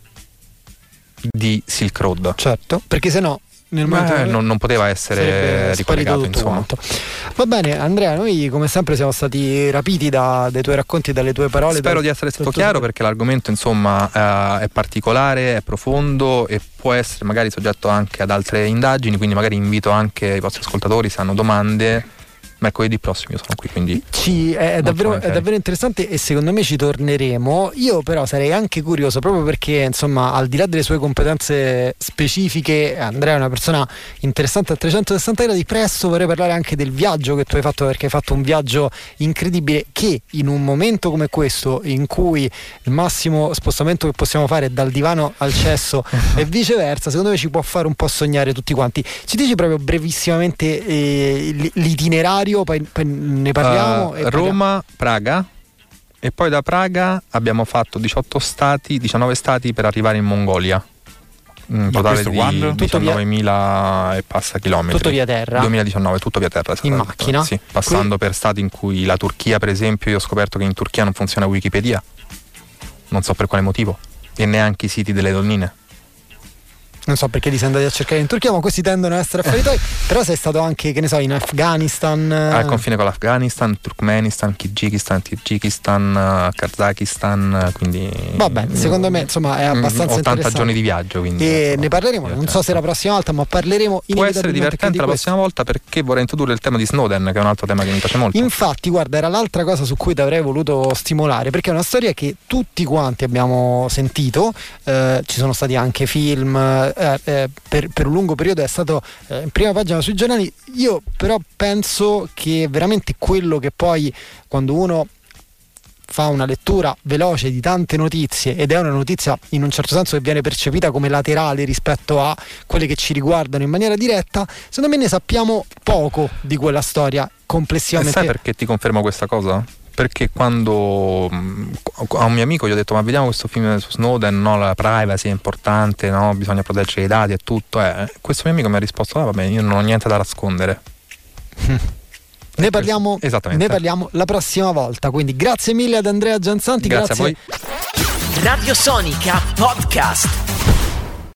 D: di Silk Road.
B: Certo, perché se no nel momento
D: eh, non, non poteva essere ricollegato, insomma.
B: Quanto. Va bene Andrea, noi come sempre siamo stati rapiti da, dai tuoi racconti e dalle tue parole.
D: Spero
B: da,
D: di essere stato chiaro tutto. Perché l'argomento insomma eh, è particolare, è profondo e può essere magari soggetto anche ad altre indagini, quindi magari invito anche i vostri ascoltatori, se hanno domande. Mercoledì prossimo io sono qui, quindi
B: ci, è, è, davvero, è davvero interessante e secondo me ci torneremo. Io però sarei anche curioso, proprio perché insomma al di là delle sue competenze specifiche Andrea è una persona interessante a trecentosessanta gradi. Presto vorrei parlare anche del viaggio che tu hai fatto, perché hai fatto un viaggio incredibile che in un momento come questo in cui il massimo spostamento che possiamo fare è dal divano al cesso e viceversa, secondo me ci può fare un po' sognare tutti quanti. Ci dici proprio brevissimamente eh, l'itinerario, poi, poi ne parliamo.
D: Uh,
B: e
D: Roma, Praga e poi da Praga abbiamo fatto diciotto stati, diciannove stati per arrivare in Mongolia. Un totale di
C: quando?
D: diciannovemila e passa chilometri.
B: Tutto via terra?
D: duemiladiciannove, tutto via terra.
B: In macchina?
D: Sì, passando que- per stati in cui la Turchia, per esempio, io ho scoperto che in Turchia non funziona Wikipedia. Non so per quale motivo. E neanche i siti delle donnine.
B: Non so perché li sei andati a cercare in Turchia, ma questi tendono ad essere affari tuoi. Però sei stato anche, che ne so, in Afghanistan.
D: Al confine con l'Afghanistan, Turkmenistan, Kirghizistan, Tagikistan, Kazakistan, quindi
B: vabbè, secondo me insomma è abbastanza
D: ottanta
B: interessante.
D: giorni di viaggio, quindi
B: e
D: insomma,
B: ne parleremo, non so se la prossima volta, ma parleremo
D: può essere divertente la prossima volta, perché vorrei introdurre il tema di Snowden, che è un altro tema che mi piace molto.
B: Infatti guarda, era l'altra cosa su cui ti avrei voluto stimolare, perché è una storia che tutti quanti abbiamo sentito, eh, ci sono stati anche film, eh, eh, per, per un lungo periodo è stato eh, in prima pagina sui giornali. Io però penso che veramente quello che poi quando uno fa una lettura veloce di tante notizie, ed è una notizia in un certo senso che viene percepita come laterale rispetto a quelle che ci riguardano in maniera diretta, secondo me ne sappiamo poco di quella storia complessivamente.
D: E sai perché ti confermo questa cosa? perché quando mh, a un mio amico gli ho detto ma vediamo questo film su Snowden, no, la privacy è importante, no, bisogna proteggere i dati e tutto, eh. questo mio amico mi ha risposto ah, vabbè, io non ho niente da nascondere.
B: Ne parliamo,
D: Esattamente.
B: ne parliamo la prossima volta, quindi grazie mille ad Andrea Gianzanti,
D: grazie,
B: grazie
D: a voi.
A: Radio Sonica Podcast.